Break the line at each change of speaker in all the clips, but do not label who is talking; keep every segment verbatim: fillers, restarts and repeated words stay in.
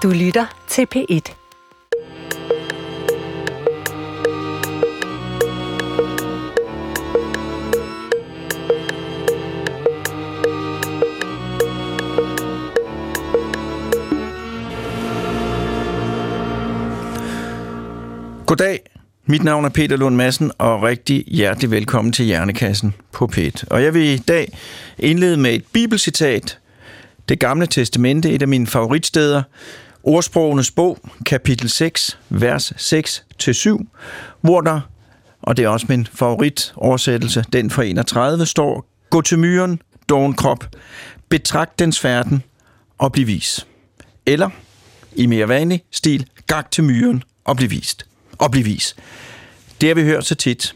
Du lytter til P et.
Goddag, mit navn er Peter Lund Madsen, og rigtig hjertelig velkommen til Hjernekassen på P et. Og jeg vil i dag indlede med et bibelcitat, Det Gamle Testamente, et af mine favoritsteder, Ordsprogenes bog, kapitel seks, vers seks til syv, hvor der, og det er også min favoritoversættelse, den fra enogtredive, står: Gå til myren, doven krop, betragt dens færden og bliv vis. Eller, i mere vanlig stil, gak til myren og bliv vist. Og bliv vis. Det har vi hørt så tit.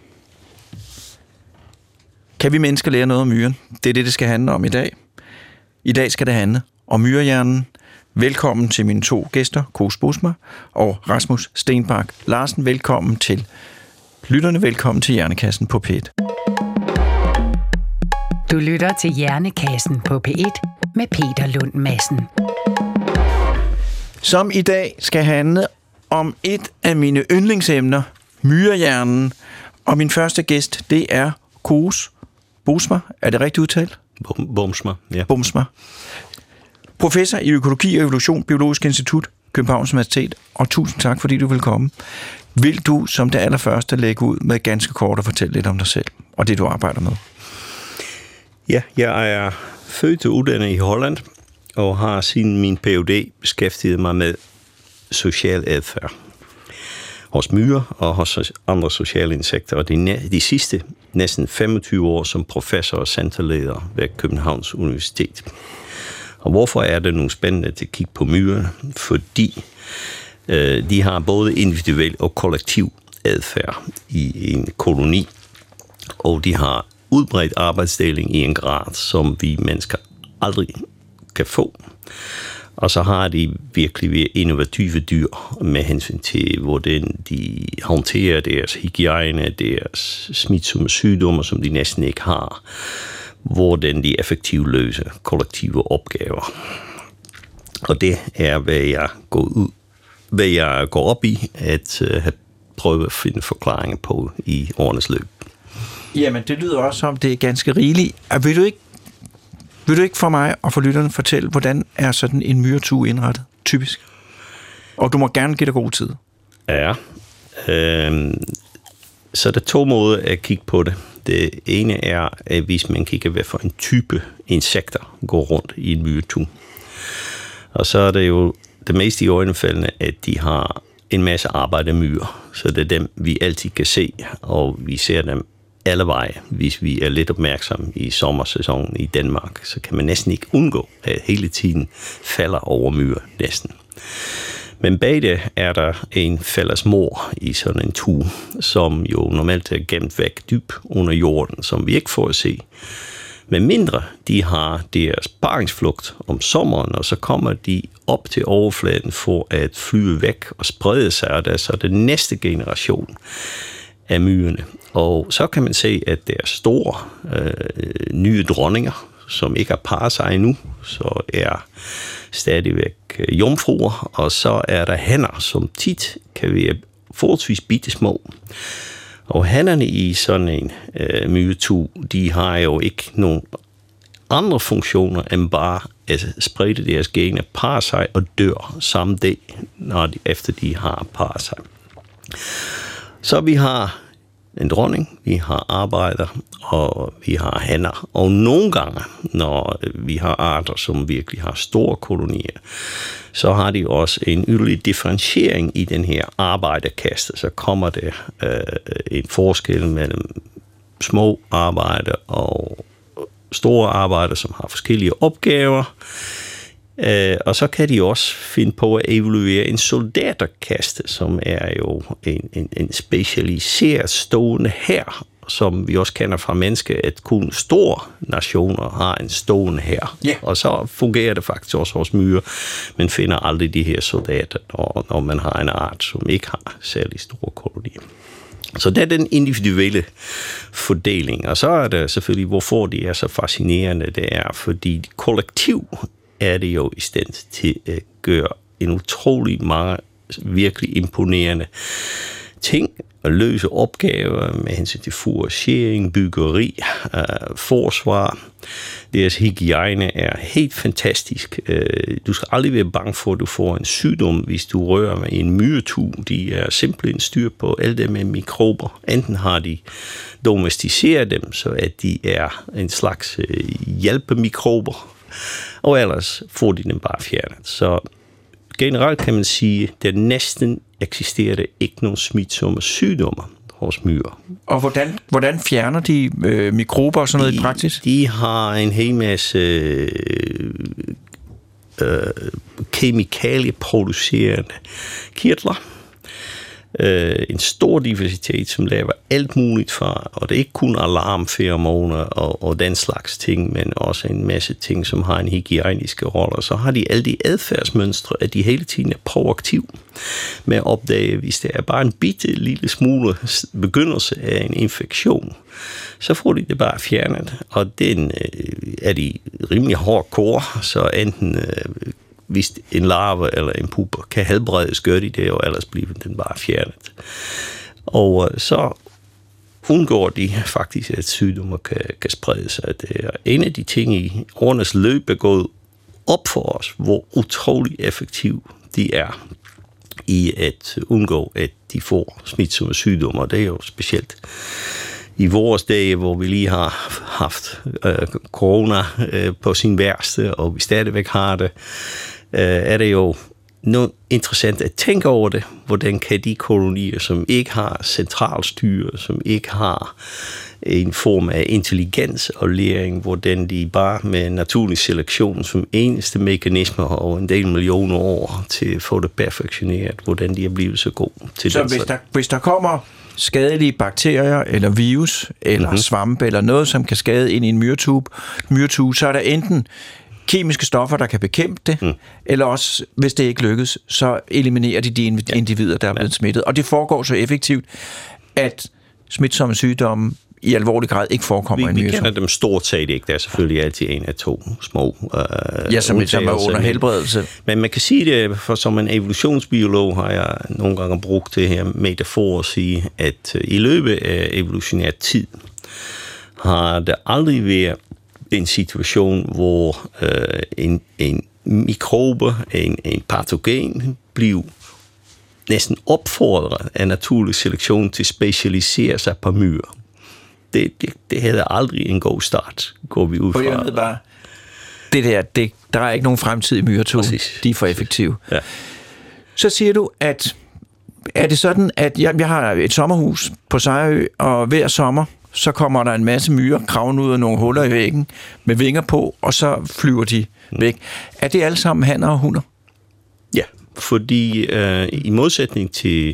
Kan vi mennesker lære noget om myren? Det er det, det skal handle om i dag. I dag skal det handle om myrehjernen. Velkommen til mine to gæster, Koos Bosma og Rasmus Stenbak Larsen. Velkommen til lytterne. Velkommen til Hjernekassen på P et.
Du lytter til Hjernekassen på P et med Peter Lund Madsen.
Som i dag skal handle om et af mine yndlingsemner, myrehjernen. Og min første gæst, det er Koos Bosma. Er det rigtigt udtalt?
Bosma, ja.
Bosma. Professor i økologi og evolution, Biologisk Institut, Københavns Universitet. Og tusind tak, fordi du vil komme. Vil du som det allerførste lægge ud med ganske kort og fortælle lidt om dig selv og det, du arbejder med?
Ja, jeg er født og uddannet i Holland og har siden min P H D beskæftiget mig med social adfærd hos myrer og hos andre sociale insekter, og de, de sidste næsten femogtyve år som professor og centerleder ved Københavns Universitet. Og hvorfor er det nu spændende at kigge på myrer? Fordi øh, de har både individuel og kollektiv adfærd i en koloni, og de har udbredt arbejdsdeling i en grad, som vi mennesker aldrig kan få. Og så har de virkelig innovative dyr med hensyn til, hvordan de håndterer deres hygiejne, deres smitsomme sygdomme, som de næsten ikke har, hvordan de effektivt løser kollektive opgaver. Og det er, hvad jeg går ud, hvad jeg går op i, at uh, have prøvet at finde forklaringer på i årenes løb.
Jamen, det lyder også som, det er ganske rigeligt. Vil du ikke Vil du ikke for mig og for lytterne fortælle, hvordan er sådan en myretue indrettet, typisk? Og du må gerne give dig god tid.
Ja, øh, så der er to måder at kigge på det. Det ene er, at hvis man kigger, hvad for en type insekter går rundt i en myretue. Og så er det jo det mest i øjnefaldende, at de har en masse arbejdermyrer. Så det er dem, vi altid kan se, og vi ser dem alle veje. Hvis vi er lidt opmærksomme i sommersæsonen i Danmark, så kan man næsten ikke undgå, at hele tiden falder over myrer næsten. Men bag det er der en fælles mor i sådan en tue, som jo normalt er gemt væk dyb under jorden, som vi ikke får at se. Men mindre de har deres paringsflugt om sommeren, og så kommer de op til overfladen for at flyve væk og sprede sig, og der så er det næste generation af myrerne. Og så kan man se, at der er store øh, nye dronninger, som ikke har parret sig endnu, så er stadigvæk jomfruer, og så er der hanner, som tit kan være forholdsvis bitte små. Og hannerne i sådan en øh, myretue, de har jo ikke nogen andre funktioner end bare at sprede deres gener, parre sig og dør samme dag, når de, efter de har parret sig. Så vi har en dronning, vi har arbejder, og vi har hanner. Og nogle gange, når vi har arter, som virkelig har store kolonier, så har de også en yderligere differentiering i den her arbejderkaste. Så kommer der øh, en forskel mellem små arbejder og store arbejder, som har forskellige opgaver. Uh, og så kan de også finde på at evaluere en soldaterkaste, som er jo en, en, en specialiseret stående hær, som vi også kender fra mennesker, at kun store nationer har en stående hær.
Yeah.
Og så fungerer det faktisk også hos myrer. Man finder aldrig de her soldater, når, når man har en art, som ikke har særlig store kolonier. Så det er den individuelle fordeling. Og så er det selvfølgelig, hvorfor det er så fascinerende, det er, fordi kollektiv er det jo i stand til at gøre en utrolig mange virkelig imponerende ting at løse opgaver med hensyn til foragering, byggeri, øh, forsvar. Deres hygiejne er helt fantastisk. Øh, du skal aldrig være bange for, at du får en sygdom, hvis du rører med en myretue. De er simpelthen styr på alle dem med mikrober. Enten har de domesticeret dem, så at de er en slags øh, hjælpemikrober, og ellers får de dem bare fjernet. Så generelt kan man sige, at der næsten eksisterer ikke nogen smitsomme sygdommer hos myrer.
Og hvordan, hvordan fjerner de øh, mikrober og sådan noget
de,
i praksis?
De har en hel masse øh, øh, kemikalieproducerende kirtler. Øh, en stor diversitet, som laver alt muligt fra, og det er ikke kun alarmferomoner og, og den slags ting, men også en masse ting, som har en hygiejniske rolle. Så har de alle de adfærdsmønstre, at de hele tiden er proaktiv med at opdage, hvis det er bare en bitte lille smule begyndelse af en infektion, så får de det bare fjernet. Og den øh, er de rimelig hardcore, så enten øh, hvis en larve eller en puppe kan helbredes, gør de det, og ellers bliver den bare fjernet. Og så undgår de faktisk, at sygdommer kan, kan sprede sig. Det er en af de ting i årenes løb er gået op for os, hvor utrolig effektiv de er i at undgå, at de får smitsomme sygdommer. Det er jo specielt i vores dage, hvor vi lige har haft øh, corona øh, på sin værste, og vi stadigvæk har det, øh, er det jo noget interessant at tænke over det. Hvordan kan de kolonier, som ikke har centralstyre, som ikke har en form af intelligens og læring, hvordan de bare med naturlig selektion som eneste mekanismer over en del millioner år til at få det perfektioneret, hvordan de er blevet så gode til
så
det.
Så hvis der, hvis der kommer skadelige bakterier, eller virus, eller mm-hmm. svampe, eller noget, som kan skade ind i en myretube, myretube, så er der enten kemiske stoffer, der kan bekæmpe det, mm. eller også, hvis det ikke lykkes, så eliminerer de de individer, der er blevet ja. smittet. Og det foregår så effektivt, at smitsomme sygdomme i alvorlig grad ikke forekommer
vi,
i en myretube.
Vi kender dem stort set ikke. Der er selvfølgelig altid en af to små øh,
ja, som, som er under helbredelse.
Men man kan sige det, for som en evolutionsbiolog har jeg nogle gange brugt det her metafor at sige, at i løbet af evolutionær tid har der aldrig været en situation, hvor øh, en, en mikrobe, en, en patogen, bliver næsten opfordret af naturlig selektion til at specialisere sig på myrer. Det, det, det havde aldrig en god start, går vi ud fra.
Og jeg ved bare, det der, det, der er ikke nogen fremtid i myretuben. De er for effektive. Ja. Så siger du, at er det sådan, at jeg, jeg har et sommerhus på Sejrø, og hver sommer, så kommer der en masse myrer kravende ud af nogle huller i væggen med vinger på, og så flyver de væk. Er det alle sammen hanner og hunder?
Ja, fordi øh, i modsætning til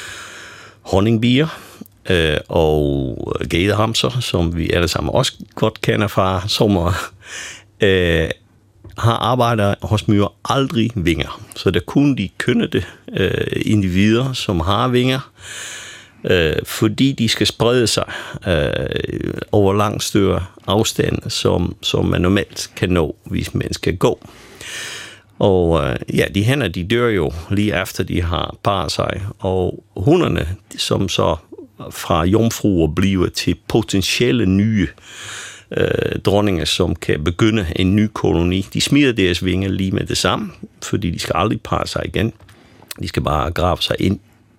honningbier øh, og gadehamser, som vi alle sammen også godt kender fra sommer, øh, har arbejder hos myrer aldrig vinger. Så der kun de kønnede øh, individer, som har vinger, Øh, fordi de skal sprede sig øh, over langt større afstand, som, som man normalt kan nå, hvis man skal gå. Og øh, ja, de hanner, de dør jo lige efter, de har parret sig, og hunderne, som så fra jomfruer bliver til potentielle nye øh, dronninger, som kan begynde en ny koloni, de smider deres vinger lige med det samme, fordi de skal aldrig parre sig igen. De skal bare grave sig ind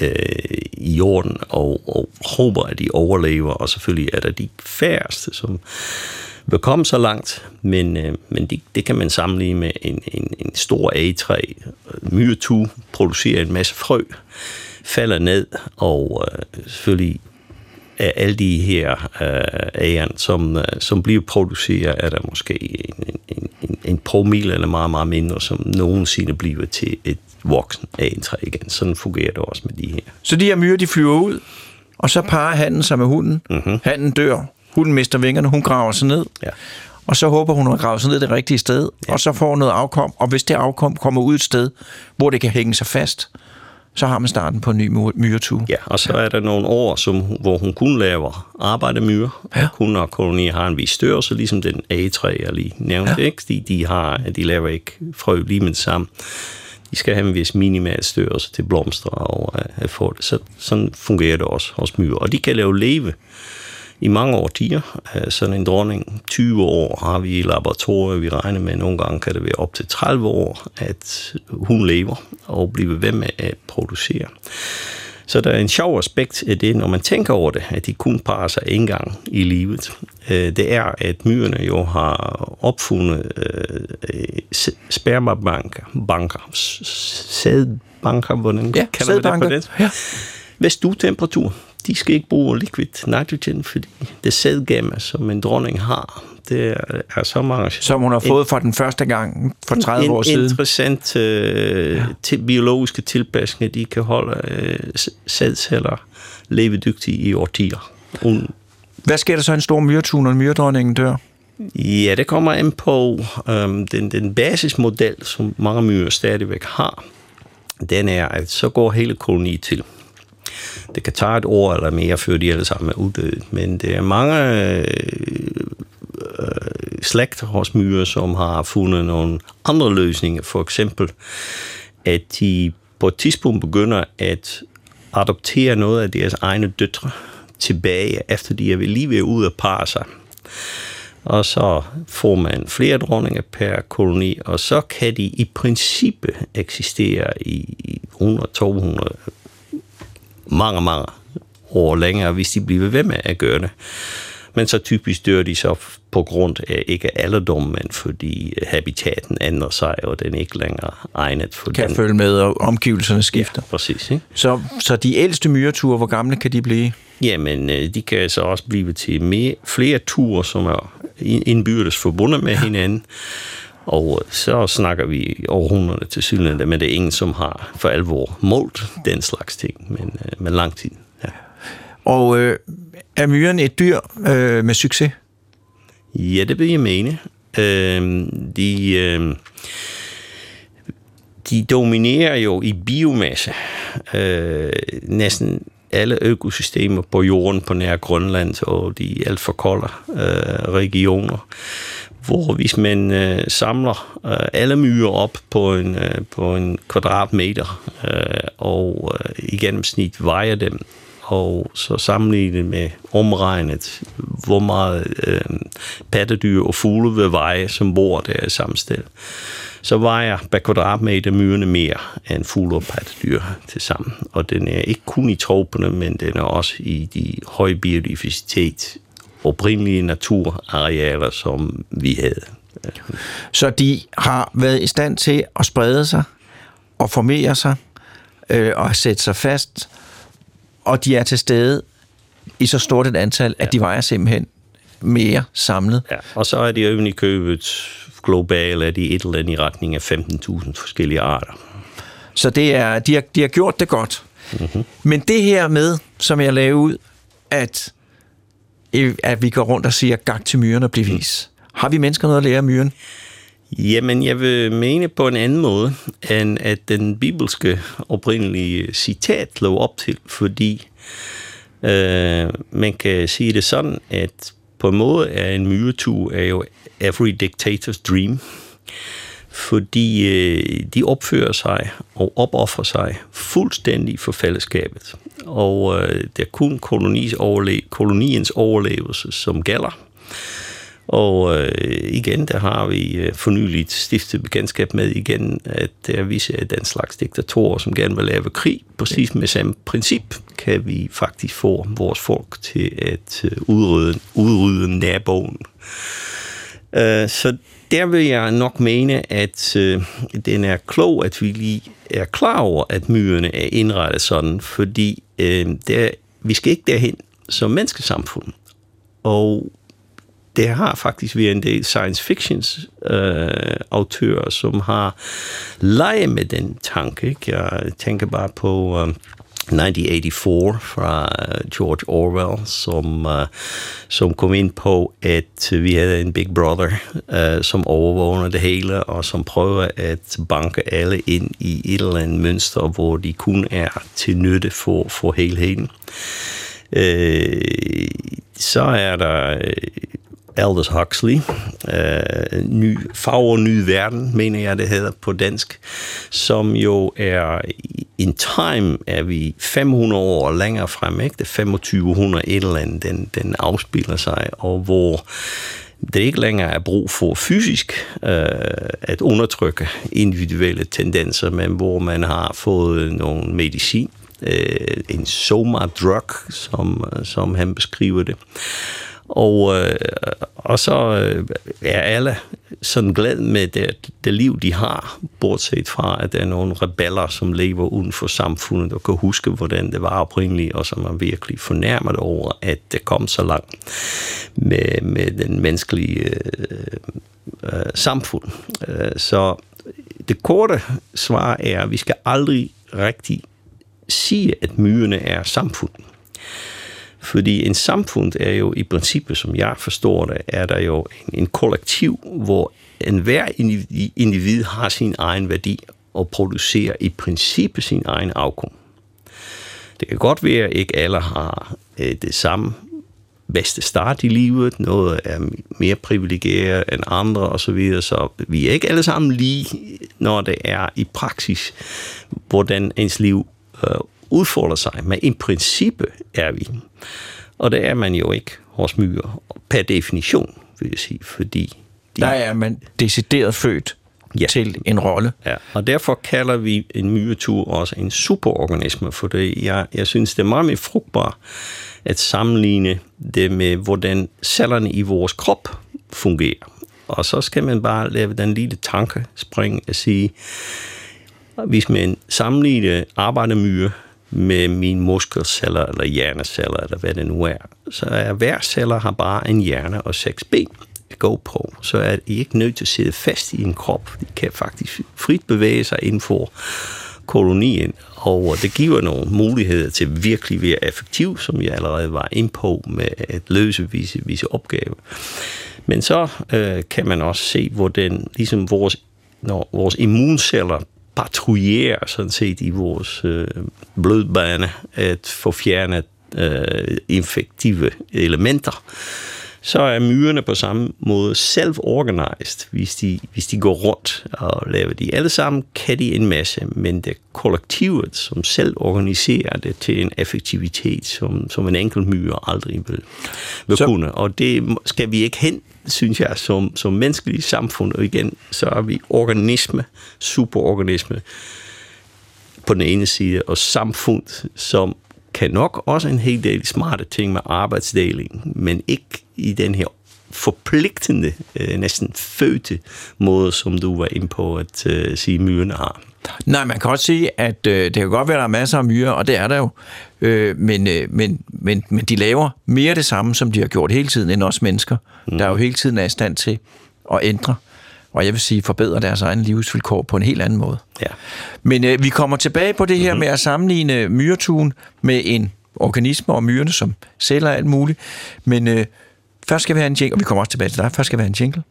i jorden og, og håber, at de overlever, og selvfølgelig er der de færreste, som vil komme så langt, men, men det, det kan man sammenligne med en, en, en stor egetræ. Myretue producerer en masse frø, falder ned, og uh, selvfølgelig af alle de her uh, æren, som, uh, som bliver produceret, er der måske en, en, en, en promille eller meget, meget mindre, som nogensinde bliver til et voksen af en træ igen. Sådan fungerer det også med de her.
Så de her myrer, de flyver ud, og så parer hannen sig med hunden. Mm-hmm. Hannen dør, hunden mister vingerne, hun graver sig ned, ja. Og så håber hun at grave sig ned det rigtige sted, ja. Og så får noget afkom, og hvis det afkom kommer ud et sted, hvor det kan hænge sig fast, så har man starten på en ny myretue.
Ja, og så er der nogle år, som, hvor hun kun laver arbejdermyrer, ja. Og kun når kolonier har en vis størrelse, ligesom den egetræ, jeg lige nævnte, ja. Ikke? De, de, har, de laver ikke frø lige med det samme. de skal have en vis minimal størrelse til blomster og at få det. Så sådan fungerer det også hos myrer. Og de kan lave leve i mange årtier. Sådan en dronning, tyve år har vi i laboratoriet. Vi regner med, at nogle gange kan det være op til tredive år, at hun lever og bliver ved med at producere. Så der er en sjov aspekt af det, når man tænker over det, at de kun parer sig en gang i livet. Det er, at myrerne jo har opfundet spermabanker, banker, sædbanker, hvordan
ja,
kalder vi det på det? Ja. Ved stuetemperatur. De skal ikke bruge liquid nitrogen, fordi det sædgamma, som en dronning har, det er så mange...
Som hun har fået fra den første gang for tredive
en,
år siden.
Interessant øh, ja. til biologiske tilpasninger, de kan holde øh, sædceller levedygtige i årtier. Un-
Hvad sker der så en stor myretue, når myredronningen dør?
Ja, det kommer an på øhm, den, den basismodel, som mange myrer stadigvæk har. Den er, at så går hele koloni til. Det kan tage et år eller mere, før de alle sammen er uddøde. Men det er mange øh, slægter hos myrer, som har fundet nogle andre løsninger. For eksempel, at de på et tidspunkt begynder at adoptere noget af deres egne døtre tilbage, efter de er lige ved ud at parre sig. Og så får man flere dronninger per koloni, og så kan de i princippet eksistere i hundrede til to hundrede mange, mange år længere, hvis de bliver ved med at gøre det. Men så typisk dør de så på grund af ikke alderdom, men fordi habitaten ændrer sig, og den er ikke længere egnet for
kan
den.
følge med, og omgivelserne skifter.
Ja, præcis. Ikke?
Så, så de ældste myreture, hvor gamle kan de blive?
Jamen, de kan så også blive til mere, flere ture, som er indbyrdes forbundet med hinanden. Og så snakker vi århundreder til synligheden, men det er ingen, som har for alvor målt den slags ting, men, men lang tid. Ja.
Og øh, er myren et dyr øh, med succes?
Ja, det vil jeg mene. Øh, de, øh, de dominerer jo i biomasse. Øh, næsten alle økosystemer på jorden på nær Grønland og de alt for kolde øh, regioner, hvor hvis man øh, samler øh, alle myrer op på en, øh, på en kvadratmeter øh, og øh, i gennemsnit vejer dem, og så sammenlignet med omregnet, hvor meget øh, pattedyr og fugle vil veje, som bor der i samme sted, så vejer per kvadratmeter myrerne mere end fugle og pattedyr til sammen. Og den er ikke kun i troperne, men den er også i de høje biodiversitet oprindelige naturarealer, som vi havde.
Så de har været i stand til at sprede sig og formere sig øh, og sætte sig fast, og de er til stede i så stort et antal, ja. At de vejer simpelthen mere samlet.
Ja. Og så er de øven i købet globalt, er de et eller andet i retning af femten tusind forskellige arter.
Så det er, de, har, de har gjort det godt. Mm-hmm. Men det her med, som jeg lavede ud, at at vi går rundt og siger gak til myren og blive vis. Har vi mennesker noget at lære af myren?
Jamen, jeg vil mene på en anden måde, end at den bibelske oprindelige citat lå op til, fordi øh, man kan sige det sådan, at på en måde er en myretue er jo every dictator's dream, fordi øh, de opfører sig og opoffrer sig fuldstændig for fællesskabet. Og øh, det er kun koloniens, overle- koloniens overlevelse, som gælder. Og øh, igen, der har vi øh, fornyligt stiftet bekendtskab med igen, at der viser, at den slags diktatorer, som gerne vil lave krig, præcis med samme princip, kan vi faktisk få vores folk til at øh, udrydde, udrydde naboen. Øh, så der vil jeg nok mene, at øh, den er klog, at vi lige er klar over, at myrerne er indrettet sådan, fordi øh, der, vi skal ikke derhen som menneskesamfund. Og der har faktisk været en del science fictions øh, autører, som har leget med den tanke. Ikke? Jeg tænker bare på øh, nitten otteogtyve fra George Orwell, som, uh, som kom ind på, at vi havde en Big Brother, uh, som overvågner det hele, og som prøver at banke alle ind i et eller andet mønster, hvor de kun er til nytte for, for helheden. Uh, så er der Aldous Huxley. Uh, ny, Farver Ny Verden, mener jeg, det hedder på dansk, som jo er in time, er vi fem hundrede år længere frem, ikke? Det er femogtyve hundrede et eller andet, den, den afspiller sig, og hvor det ikke længere er brug for fysisk øh, at undertrykke individuelle tendenser, men hvor man har fået nogle medicin, øh, en soma-drug, som, som han beskriver det. Og, øh, og så øh, er alle sådan glad med det, det liv, de har, bortset fra, at der er nogle rebeller, som lever uden for samfundet og kan huske, hvordan det var oprindeligt, og som er virkelig fornærmet over, at det kom så langt med, med den menneskelige øh, øh, samfund. Så det korte svar er, at vi skal aldrig rigtig sige, at myrerne er samfund. Fordi en samfund er jo i princippet, som jeg forstår det, er der jo en, en kollektiv, hvor enhver individ har sin egen værdi og producerer i princippet sin egen afkom. Det kan godt være, at ikke alle har øh, det samme bedste start i livet, noget er mere privilegeret end andre osv., så vi er ikke alle sammen lige, når det er i praksis, hvordan ens liv øh, udfolder sig, men i princippet er vi. Og det er man jo ikke hos myrer, per definition, vil jeg sige, fordi
de, der er man decideret født ja. til en rolle.
Ja, og derfor kalder vi en myretur også en superorganisme, for det, jeg, jeg synes, det er meget mere frugtbart at sammenligne det med, hvordan cellerne i vores krop fungerer. Og så skal man bare lave den lille tankespring at sige, hvis man sammenligner arbejdermyre med mine muskelceller eller hjerneceller, eller hvad det nu er, så er hver celler har bare en hjerne og seks ben at gå på. Så er I ikke nødt til at sidde fast i en krop. De kan faktisk frit bevæge sig inden for kolonien, og det giver nogle muligheder til virkelig at være effektiv, som jeg allerede var inde på, med at løse visse, visse opgaver. Men så øh, kan man også se, hvordan ligesom vores, når vores immunceller patruljerer sådan set i vores øh, blodbane at få fjernet øh, infektive elementer, så er myrerne på samme måde self-organized. Hvis de, hvis de går rundt og laver de alle sammen, kan de en masse, men det kollektivet, som selv organiserer det til en effektivitet, som, som en enkelt myre aldrig vil, vil kunne. Og det skal vi ikke hen, synes jeg, som, som menneskelige samfund. Og igen, så er vi organisme, superorganisme på den ene side, og samfund, som kan nok også en hel del smarte ting med arbejdsdeling, men ikke i den her forpligtende, øh, næsten fødte måde, som du var inde på at øh, sige, myrerne har.
Nej, man kan også sige, at øh, det kan godt være, at der er masser af myrer, og det er der jo, øh, men, øh, men, men, men de laver mere det samme, som de har gjort hele tiden, end os mennesker, mm. der jo hele tiden er i stand til at ændre, og jeg vil sige, forbedre deres egen livsvilkår på en helt anden måde.
Ja.
Men øh, vi kommer tilbage på det her mm-hmm. med at sammenligne myretuen med en organisme og myrerne som celler og alt muligt, men øh, først skal vi have en jingle, og vi kommer også tilbage til dig. Først skal vi have en jingle.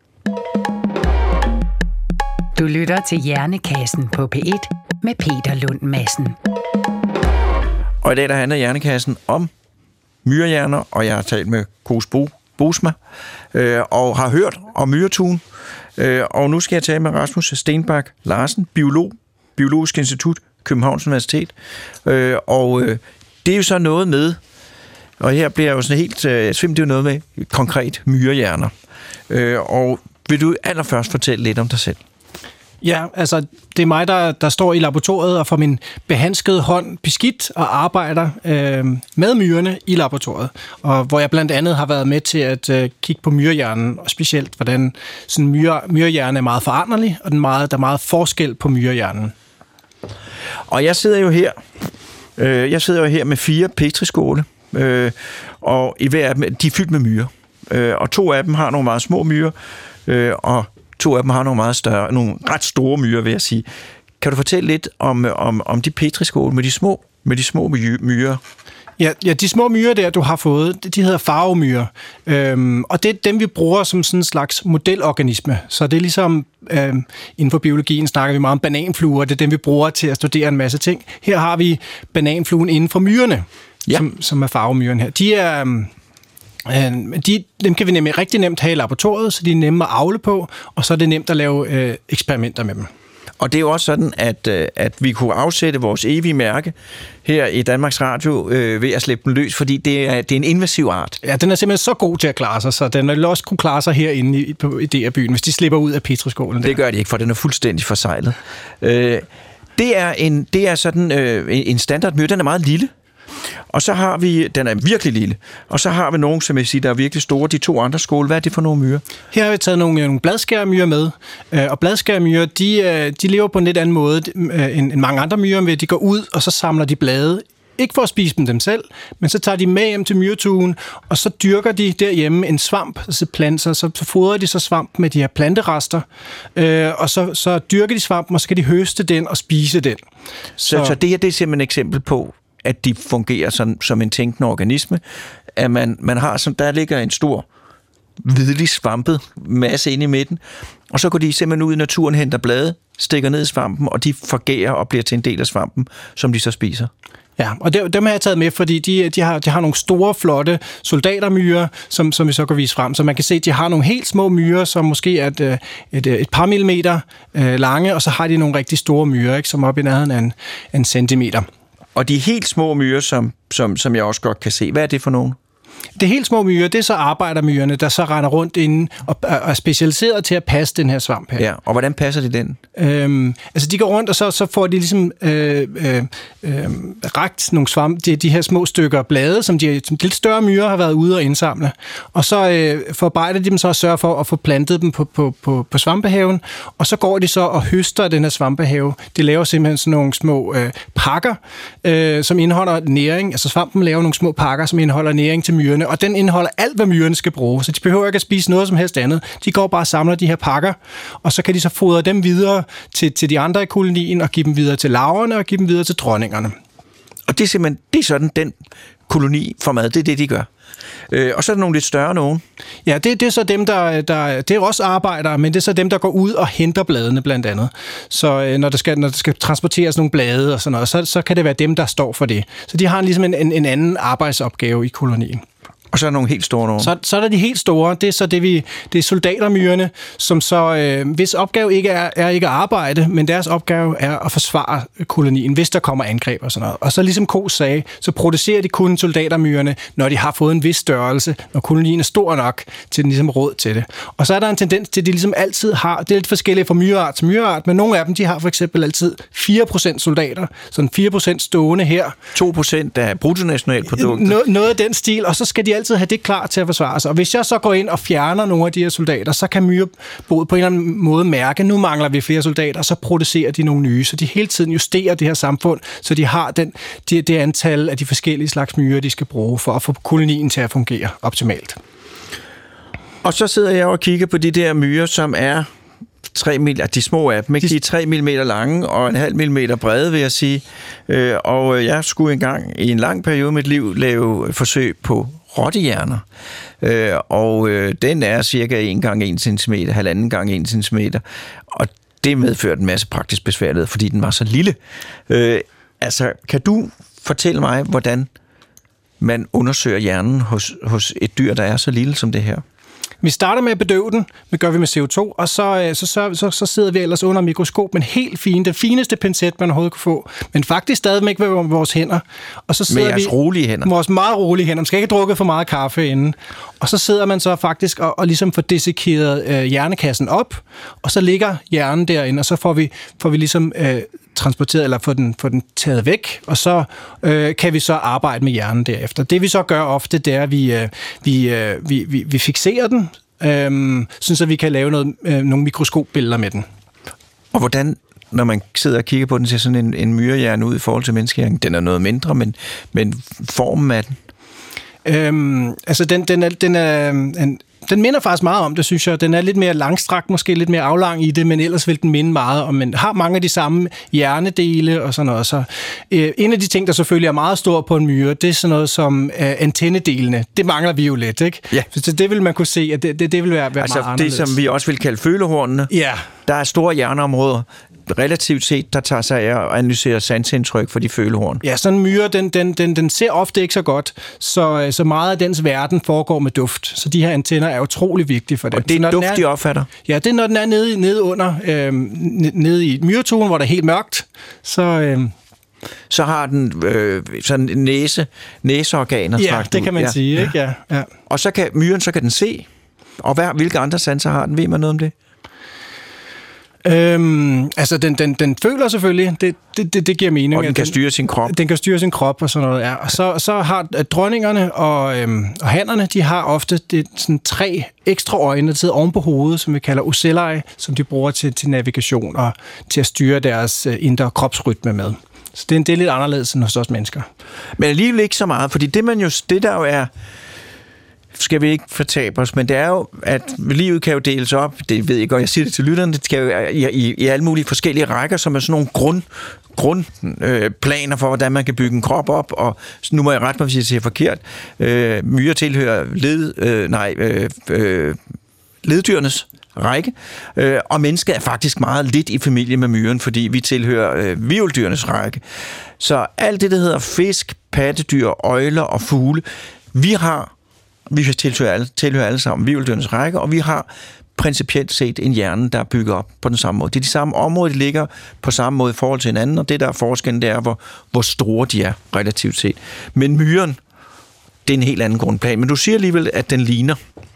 Du lytter til Hjernekassen på P et med Peter Lund Madsen.
Og i dag der handler Hjernekassen om myrehjerner, og jeg har talt med Koos Bo, Bosma, øh, og har hørt om myretuen. Øh, og nu skal jeg tale med Rasmus Stenbak Larsen, biolog, Biologisk Institut, Københavns Universitet. Øh, og øh, det er jo så noget med, og her bliver jeg jo sådan helt øh, svimt, det er jo noget med konkret myrehjerner. Øh, og vil du allerførst fortælle lidt om dig selv?
Ja, altså det er mig, der, der står i laboratoriet og får min behandskede hånd beskidt og arbejder øh, med myrerne i laboratoriet. Og hvor jeg blandt andet har været med til at øh, kigge på myrehjernen, og specielt hvordan sådan myre, myrehjernen er meget foranderlig, og den meget, der er meget forskel på myrehjernen.
Og jeg sidder jo her, øh, jeg sidder jo her med fire petriskåle, øh, og i hver af dem, de er fyldt med myrer. Øh, og to af dem har nogle meget små myrer, øh, og to af dem har nogle meget større, nogle ret store myrer, vil jeg sige. Kan du fortælle lidt om, om, om de petriskåle med de små, med de små myrer?
Ja, ja, de små myrer der, du har fået, de hedder farvemyrer. Øhm, og det er dem, vi bruger som sådan en slags modelorganisme. Så det er ligesom, øhm, inden for biologien snakker vi meget om bananfluer, det er dem, vi bruger til at studere en masse ting. Her har vi bananfluen inden for myrerne, ja. som, som er farvemyren her. De er... De, dem kan vi nemlig rigtig nemt have i laboratoriet, så de er nemme at avle på, og så er det nemt at lave øh, eksperimenter med dem.
Og det er jo også sådan, at, at vi kunne afsætte vores evige mærke her i Danmarks Radio øh, ved at slippe den løs, fordi det er, det er en invasiv art.
Ja, den er simpelthen så god til at klare sig, så den vil også kunne klare sig herinde i, på, i D R-byen, hvis de slipper ud af petriskålen.
Det gør de ikke, for den er fuldstændig forsejlet. Øh, det, er en, det er sådan øh, en standardmyre, den er meget lille. Og så har vi, den er virkelig lille, og så har vi nogle, som jeg siger, der er virkelig store, de to andre skåle. Hvad er det for nogle myrer?
Her har vi taget nogle, nogle bladskærmyrer med, og bladskærmyrer, de, de lever på en lidt anden måde end mange andre myrer, ved de går ud, og så samler de blade. Ikke for at spise dem dem selv, men så tager de med hjem til myretuen, og så dyrker de derhjemme en svamp, altså planter, så fodrer de så svamp med de her planterester, øh, og så, så dyrker de svampen, og så kan de høste den og spise den.
Så, så, så det her det er simpelthen et eksempel på, at de fungerer som, som en tænkende organisme, at man, man har sådan, der ligger en stor hvidlig svampet masse inde i midten, og så går de simpelthen ud i naturen, henter blade, stikker ned i svampen, og de forgærer og bliver til en del af svampen, som de så spiser.
Ja, og dem har jeg taget med, fordi de, de, har, de har nogle store, flotte soldatermyrer, som, som vi så kan vise frem. Så man kan se, at de har nogle helt små myrer, som måske er et, et, et par millimeter øh, lange, og så har de nogle rigtig store myrer, ikke, som er oppe i nærheden af en, en centimeter.
Og de helt små myrer, som, som, som jeg også godt kan se, hvad er det for nogen?
Det helt små myrer, det er så arbejdermyrerne, der så render rundt inden og er specialiseret til at passe den her svamp her.
Ja, og hvordan passer de den?
Øhm, altså de går rundt, og så, så får de ligesom øh, øh, øh, rakt nogle svamp, de, de her små stykker blade, som de som lidt større myrer har været ude og indsamle. Og så øh, forarbejder de dem så og sørger for at få plantet dem på, på, på, på svampehaven, og så går de så og høster den her svampehave. De laver simpelthen sådan nogle små øh, pakker, øh, som indeholder næring. Altså svampen laver nogle små pakker, som indeholder næring til myrerne, og den indeholder alt, hvad myrerne skal bruge. Så de behøver ikke at spise noget som helst andet. De går bare og samler de her pakker, og så kan de så fodre dem videre til, til de andre i kolonien, og give dem videre til larverne, og give dem videre til dronningerne.
Og det er simpelthen, det er sådan, den koloni får mad, det er det, de gør. Øh, og så er der nogle lidt større nogen.
Ja, det, det er så dem, der, der... Det er også arbejdere, men det er så dem, der går ud og henter bladene, blandt andet. Så øh, når, der skal, når der skal transporteres nogle blade og sådan noget, så, så kan det være dem, der står for det. Så de har ligesom en, en, en anden arbejdsopgave i kolonien.
Og så er der nogle helt store nogen.
Så, så er der de helt store. Det er så det, vi, det er soldatermyrerne, som så, øh, hvis opgave ikke er, er ikke at arbejde, men deres opgave er at forsvare kolonien, hvis der kommer angreb og sådan noget. Og så ligesom Ko sagde, så producerer de kun soldatermyrerne, når de har fået en vis størrelse, når kolonien er stor nok til den ligesom råd til det. Og så er der en tendens til, at de ligesom altid har, det er lidt forskelligt fra myreart til myreart, men nogle af dem, de har for eksempel altid fire procent soldater, sådan fire procent stående her.
to procent af bruttonationalproduktet.
Noget, noget af den stil, og så skal de altid have det klar til at forsvare sig. Og hvis jeg så går ind og fjerner nogle af de her soldater, så kan myrebrud på en eller anden måde mærke, nu mangler vi flere soldater, og så producerer de nogle nye. Så de hele tiden justerer det her samfund, så de har den, det, det antal af de forskellige slags myrer, de skal bruge for at få kolonien til at fungere optimalt.
Og så sidder jeg og kigger på de der myrer, som er tre millimeter, de små af dem, ikke? De er tre millimeter lange og en halv millimeter brede, vil jeg sige. Og jeg skulle engang i en lang periode af mit liv lave forsøg på rottehjerner. Og den er cirka en gange en centimeter, halvanden gange en centimeter. Og det medførte en masse praktisk besværlighed, fordi den var så lille. Altså, kan du fortælle mig, hvordan man undersøger hjernen hos, hos et dyr, der er så lille som det her?
Vi starter med at bedøve den, det gør vi med C O to, og så, så, så, så, så sidder vi ellers under mikroskop med helt fine, det fineste pincet, man overhovedet kan få, men faktisk stadigvæk med vores hænder. Og så sidder
med jeres
vi,
rolige hænder?
Vores meget rolige hænder. Man skal ikke have drukket for meget kaffe inden. Og så sidder man så faktisk og, og ligesom får dissekeret øh, hjernekassen op, og så ligger hjernen derinde, og så får vi, får vi ligesom øh, transporteret, eller få den, få den taget væk, og så øh, kan vi så arbejde med hjernen derefter. Det vi så gør ofte, det er, at vi, øh, vi, øh, vi, vi, vi fikserer den, øh, sådan at vi kan lave noget, øh, nogle mikroskopbilleder med den.
Og hvordan, når man sidder og kigger på den, ser sådan en, en myrehjerne ud i forhold til menneskehjernen? Den er noget mindre, men, men formen af den?
Øhm, altså, den, den er... Den er en, Den minder faktisk meget om det, synes jeg. Den er lidt mere langstrakt, måske lidt mere aflang i det, men ellers vil den minde meget om, men har mange af de samme hjernedele og sådan noget. Så, øh, en af de ting, der selvfølgelig er meget stor på en myre, det er sådan noget som øh, antennedelene. Det mangler vi jo lidt, ikke?
Ja.
Så det vil man kunne se, at det, det, det vil være, være
altså,
meget anderledes.
Altså det, som vi også vil kalde følehornene.
Ja.
Der er store hjerneområder, relativt set, der tager sig af at analysere sansindtryk for de følehorn.
Ja, sådan en myre, den, den, den, den ser ofte ikke så godt, så, så meget af dens verden foregår med duft. Så de her antenner er utrolig vigtige for dem.
Og det er duft, er, de opfatter?
Ja, det er, når den er nede, nede under, øh, nede i myretuen, hvor der er helt mørkt, så... Øh,
så har den øh, sådan næse, næseorganer.
Ja, det kan man ja. sige, ikke? Ja, ja.
Og så kan myren, så kan den se. Og hvad, hvilke andre sanser har den? Ved man noget om det?
Øhm, altså, den, den, den føler selvfølgelig, det, det, det, det giver mening.
Og den kan styre sin krop.
Den kan styre sin krop og sådan noget, ja. Og så, så har dronningerne og, øhm, og hannerne, de har ofte det, sådan tre ekstra øjne, der sidder oven på hovedet, som vi kalder ocellae, som de bruger til, til navigation og til at styre deres indre kropsrytme med. Så det er, det er lidt anderledes end hos os mennesker.
Men alligevel ikke så meget, fordi det, man jo, det der jo er, skal vi ikke fortabe os, men det er jo, at livet kan jo deles op, det ved jeg godt, jeg siger det til lytterne, det skal jo i, i, i alle mulige forskellige rækker, som er sådan nogle grund, grundplaner øh, for, hvordan man kan bygge en krop op, og nu må jeg rette mig, hvis jeg siger forkert, øh, myrer tilhører led, øh, nej, øh, øh, leddyrenes række, øh, og mennesket er faktisk meget lidt i familie med myren, fordi vi tilhører øh, hvirveldyrenes række. Så alt det, der hedder fisk, pattedyr, øgler og fugle, vi har, vi tilhører alle, tilhører alle sammen hvirveldyrenes række, og vi har principielt set en hjerne, der er bygget op på den samme måde. Det er de samme områder, de ligger på samme måde i forhold til hinanden, og det, der er forskellen, det er, hvor, hvor store de er relativt set. Men myren, det er en helt anden grundplan. Men du siger alligevel, at den ligner.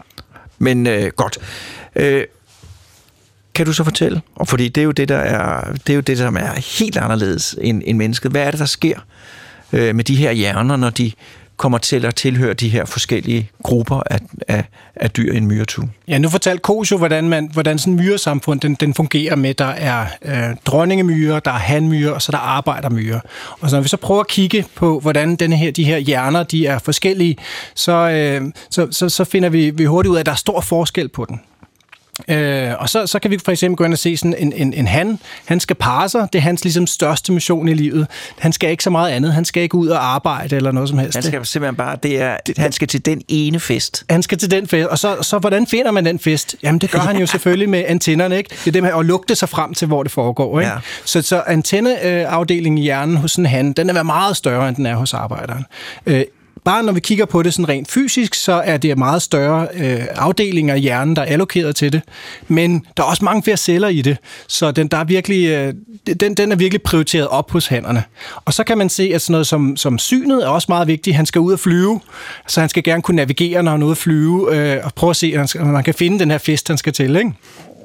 Men øh, godt. Øh, kan du så fortælle? Og fordi det er jo det, der er, det er jo det, som er helt anderledes end, end mennesket. Hvad er det, der sker øh, med de her hjerner, når de kommer til at tilhøre de her forskellige grupper af, af, af dyr i en myretue?
Ja, nu fortalte Kosio, hvordan, man, hvordan sådan en myresamfund den, den fungerer med. Der er øh, dronningemyrer, der er hanmyrer, og så der er arbejdermyrer. Og så når vi så prøver at kigge på, hvordan denne her, de her hjerner de er forskellige, så, øh, så, så, så finder vi, vi hurtigt ud af, at der er stor forskel på den. Øh, og så, så kan vi for eksempel gå ind og se sådan en, en, en han. Han skal parre sig. Det er hans ligesom største mission i livet. Han skal ikke så meget andet. Han skal ikke ud og arbejde eller noget som helst.
Han skal simpelthen bare, det er, det, han skal til den ene fest.
Han skal til den fest. Og så, så hvordan finder man den fest? Jamen det gør han jo selvfølgelig med antennerne, ikke? Det er det med at lugte sig frem til, hvor det foregår, ikke? Ja. Så, så antenneafdelingen i hjernen hos en han, den er meget større, end den er hos arbejderen. Øh, Bare når vi kigger på det sådan rent fysisk, så er det meget større øh, afdelinger i hjernen, der er allokeret til det. Men der er også mange flere celler i det, så den, der er virkelig, øh, den, den er virkelig prioriteret op hos hannerne. Og så kan man se, at sådan noget som, som synet er også meget vigtigt. Han skal ud og flyve, så han skal gerne kunne navigere, når han er ude at flyve, øh, og prøve at se, at man kan finde den her fest, han skal til, ikke?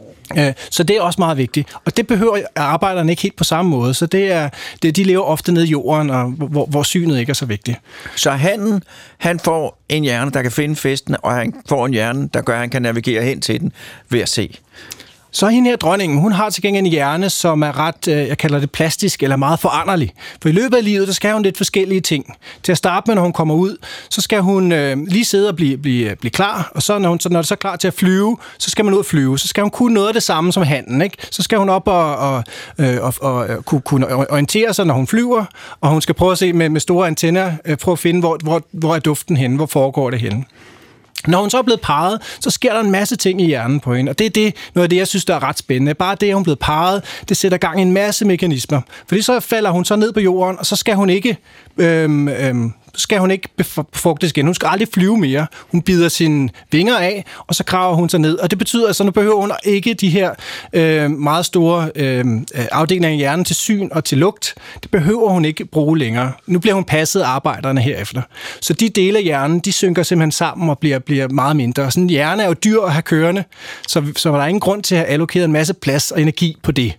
Så det er også meget vigtigt. Og det behøver arbejderne ikke helt på samme måde. Så det er, det, de lever ofte nede i jorden, og hvor, hvor synet ikke er så vigtigt.
Så han, han får en hjerne, der kan finde festen, og han får en hjerne, der gør, at han kan navigere hen til den ved at se.
Så hende her dronningen, hun har til gengæld en hjerne, som er ret, jeg kalder det plastisk, eller meget foranderlig. For i løbet af livet, der skal hun lidt forskellige ting. Til at starte med, når hun kommer ud, så skal hun øh, lige sidde og blive, blive, blive klar, og så når, hun, så når det så er klar til at flyve, så skal man ud og flyve. Så skal hun kunne noget af det samme som handen, ikke? Så skal hun op og, og, øh, og, og, og kunne, kunne orientere sig, når hun flyver, og hun skal prøve at se med, med store antenner, øh, prøve at finde, hvor, hvor, hvor er duften henne, hvor foregår det henne. Når hun så er blevet parret, så sker der en masse ting i hjernen på hende, og det er det, noget af det, jeg synes, der er ret spændende. Bare det, at hun er blevet parret, det sætter gang i en masse mekanismer. Fordi så falder hun så ned på jorden, og så skal hun ikke... Øhm, øhm, skal hun ikke befrugtes igen. Hun skal aldrig flyve mere. Hun bider sine vinger af, og så graver hun sig ned. Og det betyder, at så nu behøver hun ikke de her øh, meget store øh, afdelinger i hjernen til syn og til lugt. Det behøver hun ikke bruge længere. Nu bliver hun passet af arbejderne herefter. Så de dele af hjernen, de synker simpelthen sammen og bliver, bliver meget mindre. Og sådan en hjerne er jo dyr at have kørende, så, så der er ingen grund til at have allokeret en masse plads og energi på det.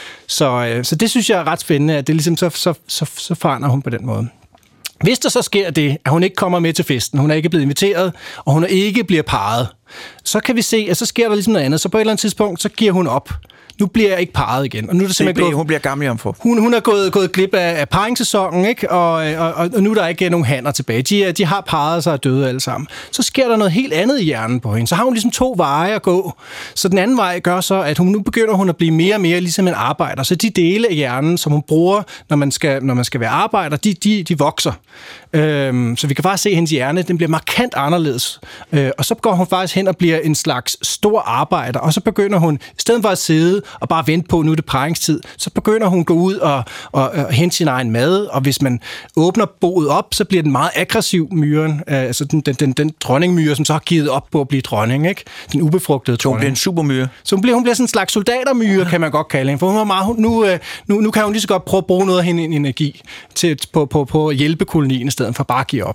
Så, øh, så det synes jeg er ret spændende, at det ligesom så, så, så, så forandrer hun på den måde. Hvis der så sker det, at hun ikke kommer med til festen, hun er ikke blevet inviteret, og hun ikke bliver parret, så kan vi se, at så sker der ligesom noget andet. Så på et eller andet tidspunkt, så giver hun op. Nu bliver jeg ikke parret igen. Og nu er det simpelthen
bliver,
gået,
hun bliver gammel jomfru.
Hun, hun er gået, gået glip af, af parringssæsonen, ikke? Og, og, og nu er der ikke nogen hanner tilbage. De, de har parret sig og døde alle sammen. Så sker der noget helt andet i hjernen på hende. Så har hun ligesom to veje at gå. Så den anden vej gør så, at hun nu begynder hun at blive mere og mere ligesom en arbejder. Så de dele af hjernen, som hun bruger, når man skal, når man skal være arbejder, de, de, de vokser. Øhm, så vi kan faktisk se, at hendes hjerne den bliver markant anderledes. Øh, og så går hun faktisk hen og bliver en slags stor arbejder. Og så begynder hun, i stedet for at sidde og bare vente på, nu er det parringstid, så begynder hun at gå ud og, og, og hente sin egen mad, og hvis man åbner boet op, så bliver den meget aggressiv, myren, altså den, den, den, den dronningmyre, som så har givet op på at blive dronning, ikke? Den ubefrugtede dronning.
Hun bliver en supermyre.
Så hun bliver, hun bliver sådan en slags soldatermyre, kan man godt kalde hende, for hun var meget, nu, nu, nu kan hun lige så godt prøve at bruge noget af hende energi til, på, på, på at hjælpe kolonien, i stedet for bare at give op.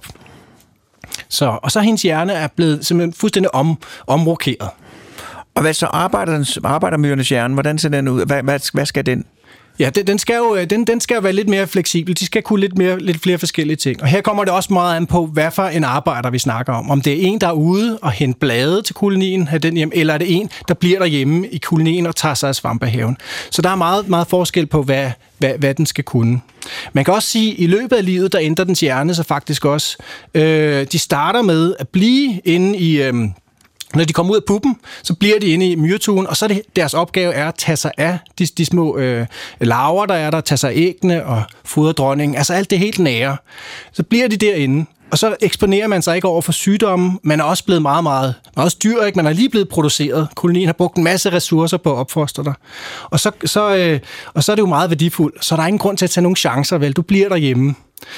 Så, og så hendes hjerne er blevet simpelthen fuldstændig om, omrokeret.
Og hvad så arbejder, arbejdermyrernes hjerne? Hvordan ser den ud? Hvad, hvad, hvad skal den?
Ja, den, den, skal jo, den, den skal jo være lidt mere fleksibel. De skal kunne lidt, mere, lidt flere forskellige ting. Og her kommer det også meget an på, hvad for en arbejder vi snakker om. Om det er en, der er ude og hente blade til kolonien, have den hjem, eller er det en, der bliver derhjemme i kolonien og tager sig af svampehaven. Så der er meget, meget forskel på, hvad, hvad, hvad den skal kunne. Man kan også sige, at i løbet af livet, der ændrer dens hjerne sig faktisk også. Øh, de starter med at blive inde i... Øh, Når de kommer ud af puppen, så bliver de inde i myretuen, og så er det, deres opgave er at tage sig af de, de små øh, larver, der er der, tage sig af æggene og fodre dronningen, altså alt det helt nære. Så bliver de derinde, og så eksponerer man sig ikke over for sygdomme. Man er også blevet meget, meget, meget styr, ikke? Man er lige blevet produceret. Kolonien har brugt en masse ressourcer på at opfostre dig. Og så, så, øh, og så er det jo meget værdifuldt, så der er ingen grund til at tage nogle chancer, vel? Du bliver derhjemme.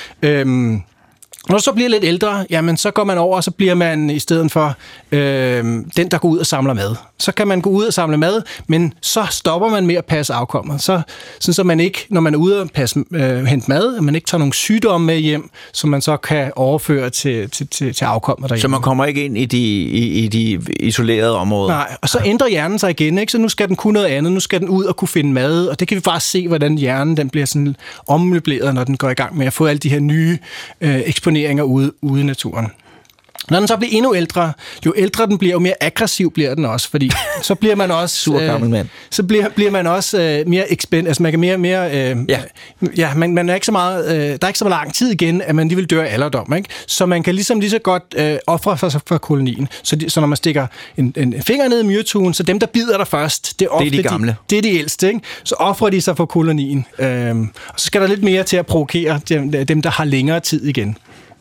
Øhm, Når du så bliver lidt ældre, jamen så går man over, og så bliver man i stedet for øh, den, der går ud og samler mad. Så kan man gå ud og samle mad, men så stopper man med at passe afkommet. Så, sådan så man ikke, når man er ude og passe, øh, hente mad, at man ikke tager nogle sygdomme med hjem, som man så kan overføre til, til, til, til afkommet derhjemme.
Så man kommer ikke ind i de, i, i de isolerede områder?
Nej, og så ændrer hjernen sig igen, ikke? Så nu skal den kunne noget andet. Nu skal den ud og kunne finde mad, og det kan vi bare se, hvordan hjernen den bliver sådan ommøbleret, når den går i gang med at få alle de her nye øh, eksponeringer ude, ude i naturen. Når den så bliver endnu ældre, jo ældre den bliver, jo mere aggressiv bliver den også, fordi så bliver man også
sur gammel mand.
Øh, så bliver, bliver man også øh, mere expend, altså man kan mere mere øh, ja, ja man, man er ikke så meget, øh, der er ikke så lang tid igen, at man lige vil dø af alderdom, ikke? Så man kan ligesom lige så godt øh, ofre sig for kolonien. Så, de, så når man stikker en, en finger ned i myretuen, så dem der bider der først, det er ofte
det er de gamle.
De, det er de ældste, ikke? Så offrer de sig for kolonien. Øh, og så skal der lidt mere til at provokere dem, dem der har længere tid igen.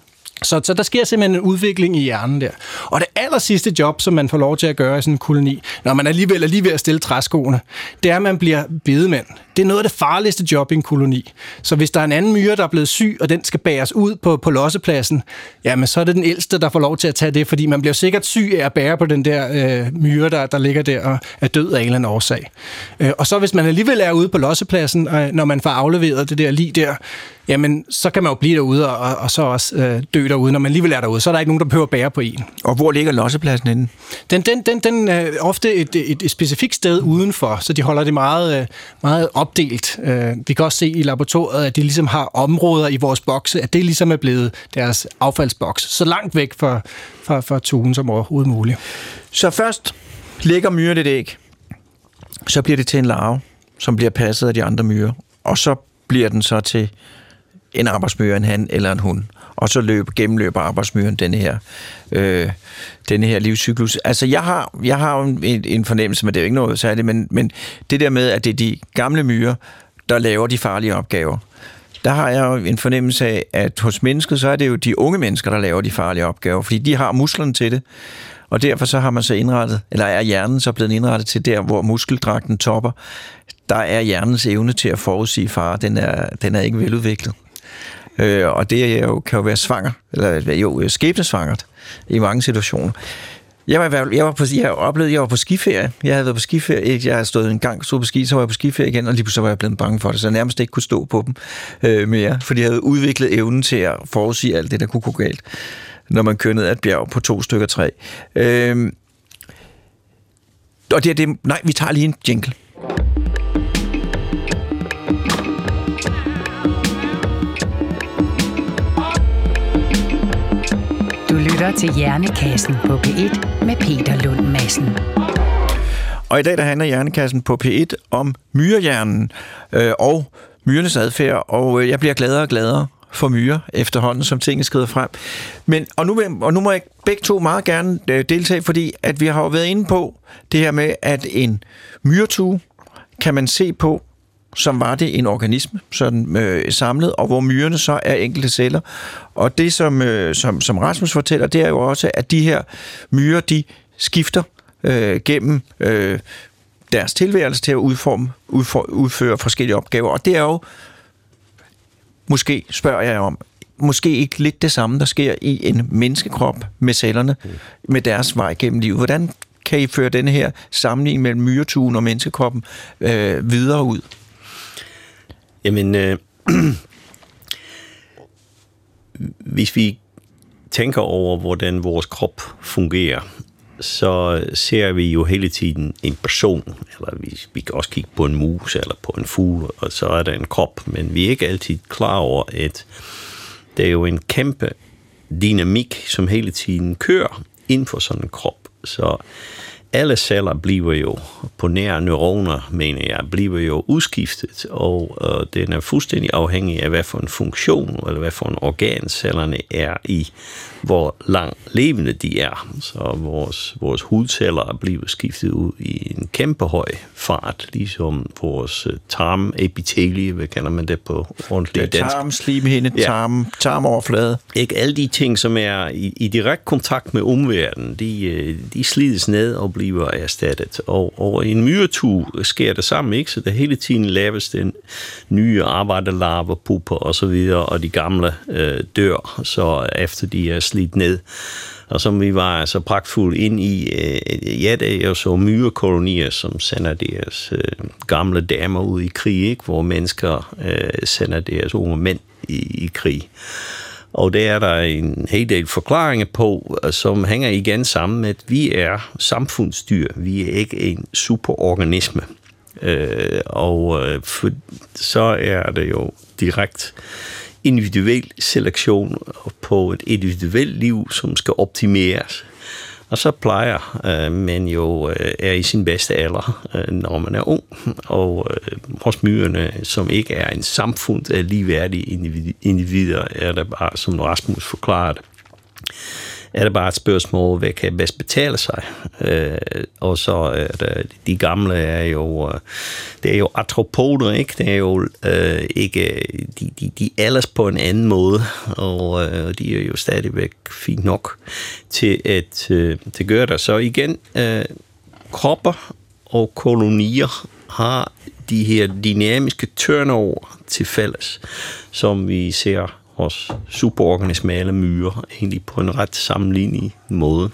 Så, så der sker simpelthen en udvikling i hjernen der. Og det aller sidste job, som man får lov til at gøre i sådan en koloni, når man alligevel er lige ved at stille træskoene, det er, at man bliver bedemand. Det er noget af det farligste job i en koloni. Så hvis der er en anden myre, der er blevet syg, og den skal bæres ud på, på lossepladsen, jamen så er det den ældste, der får lov til at tage det, fordi man bliver sikkert syg af at bære på den der øh, myre, der, der ligger der og er død af en eller anden årsag. Øh, og så hvis man alligevel er ude på lossepladsen, øh, når man får afleveret det der lig der, jamen så kan man jo blive derude og, og så også øh, dø derude. Når man alligevel er derude, så er der ikke nogen, der behøver at bære på en.
Og hvor ligger lossepladsen henne?
Den, den, den, den er ofte et, et, et specifikt sted udenfor, så de holder det meget, meget opdelt. Vi kan også se i laboratoriet, at de ligesom har områder i vores bokse, at det ligesom er blevet deres affaldsboks. Så langt væk fra, fra, fra tuen som overhovedet muligt.
Så først lægger myren et æg. Så bliver det til en larve, som bliver passet af de andre myrer. Og så bliver den så til en arbejdsmyre, en han eller en hund. Og så løber, gennemløber arbejdsmyren denne her, øh, denne her livscyklus. Altså, jeg har, jeg har en, en fornemmelse, men det er jo ikke noget særligt, men, men det der med, at det er de gamle myrer, der laver de farlige opgaver. Der har jeg jo en fornemmelse af, at hos mennesket, så er det jo de unge mennesker, der laver de farlige opgaver, fordi de har musklerne til det. Og derfor så har man så indrettet, eller er hjernen så blevet indrettet til der, hvor muskeldragten topper. Der er hjernens evne til at forudsige fare, den er, den er ikke veludviklet. Øh, og det er jo, kan jo være svanger, eller jo, skæbnesvangert i mange situationer. Jeg var, jeg var på, jeg oplevede, jeg var på skiferie. Jeg havde været på skiferie. Jeg havde stået en gang, stod på ski, så var jeg på skiferie igen, og lige pludselig var jeg blevet bange for det, så jeg nærmest ikke kunne stå på dem øh, mere, fordi jeg havde udviklet evnen til at forudsige alt det, der kunne gå galt, når man kører ned ad et bjerg på to stykker træ. Øh, og det er det. Nej, vi tager lige en jingle.
Du lytter til Hjernekassen på P et med Peter Lund Madsen.
Og i dag der handler Hjernekassen på P et om myrehjernen øh, og myrenes adfærd, og øh, jeg bliver gladere og gladere for myrer efterhånden, som tingene skrider frem. Men, og, nu, og nu må jeg begge to meget gerne øh, deltage, fordi at vi har jo været inde på det her med, at en myretue kan man se på, som var det en organisme, sådan øh, samlet, og hvor myrerne så er enkelte celler. Og det, som, øh, som, som Rasmus fortæller, det er jo også, at de her myrer, de skifter øh, gennem øh, deres tilværelse til at udforme, udfor, udføre forskellige opgaver. Og det er jo, måske spørger jeg om, måske ikke lidt det samme, der sker i en menneskekrop med cellerne, mm. med deres vej gennem livet. Hvordan kan I føre denne her sammenligning mellem myretuen og menneskekroppen øh, videre ud?
Jamen, øh, hvis vi tænker over, hvordan vores krop fungerer, så ser vi jo hele tiden en person, eller vi, vi kan også kigge på en mus eller på en fugl, og så er der en krop, men vi er ikke altid klar over, at det er jo en kæmpe dynamik, som hele tiden kører inden for sådan en krop. Så alle celler bliver jo på nær neuroner, mener jeg, bliver jo udskiftet, og, og den er fuldstændig afhængig af, hvad for en funktion, eller hvad for en organ cellerne er i, hvor lang levende de er. Så vores, vores hudceller bliver skiftet ud i en kæmpe høj fart, ligesom vores tarmepitelie, hvad kalder man det på ordentligt dansk?
Tarm, slimhinde, tarm, ja. tarmoverflade.
Ikke alle de ting, som er i, i direkt kontakt med omverdenen, de, de slides ned og bliver erstattet. Og, og i en myretue sker det samme, ikke? Så der hele tiden laves den nye arbejderlarver, pupper og så videre, og de gamle øh, dør, så efter de er slidt ned. Og som vi var så pragtfuldt ind i, øh, ja, det er jo så myrekolonier, som sender deres øh, gamle damer ud i krig, ikke? Hvor mennesker øh, sender deres unge mænd i, i krig. Og det er der en hel del forklaringer på, som hænger igen sammen med, at vi er samfundsdyr. Vi er ikke en superorganisme. Øh, og øh, for, så er det jo direkte individuel selektion på et individuelt liv, som skal optimeres. Og så plejer øh, man jo øh, er i sin bedste alder, øh, når man er ung. Og øh, hos myrerne, som ikke er en samfund af ligeværdige individer, er det bare, som Rasmus forklarede, er det bare et spørgsmål, hvad kan bedst betale sig? Øh, og så er der, de gamle er jo, det er jo artropoder, ikke? Det er jo øh, ikke, de, de, de alders på en anden måde, og øh, de er jo stadigvæk fint nok til at øh, det gør der. Så igen, øh, kropper og kolonier har de her dynamiske turnover til fælles, som vi ser hos superorganismale myrer, egentlig på en ret sammenlignelig måde.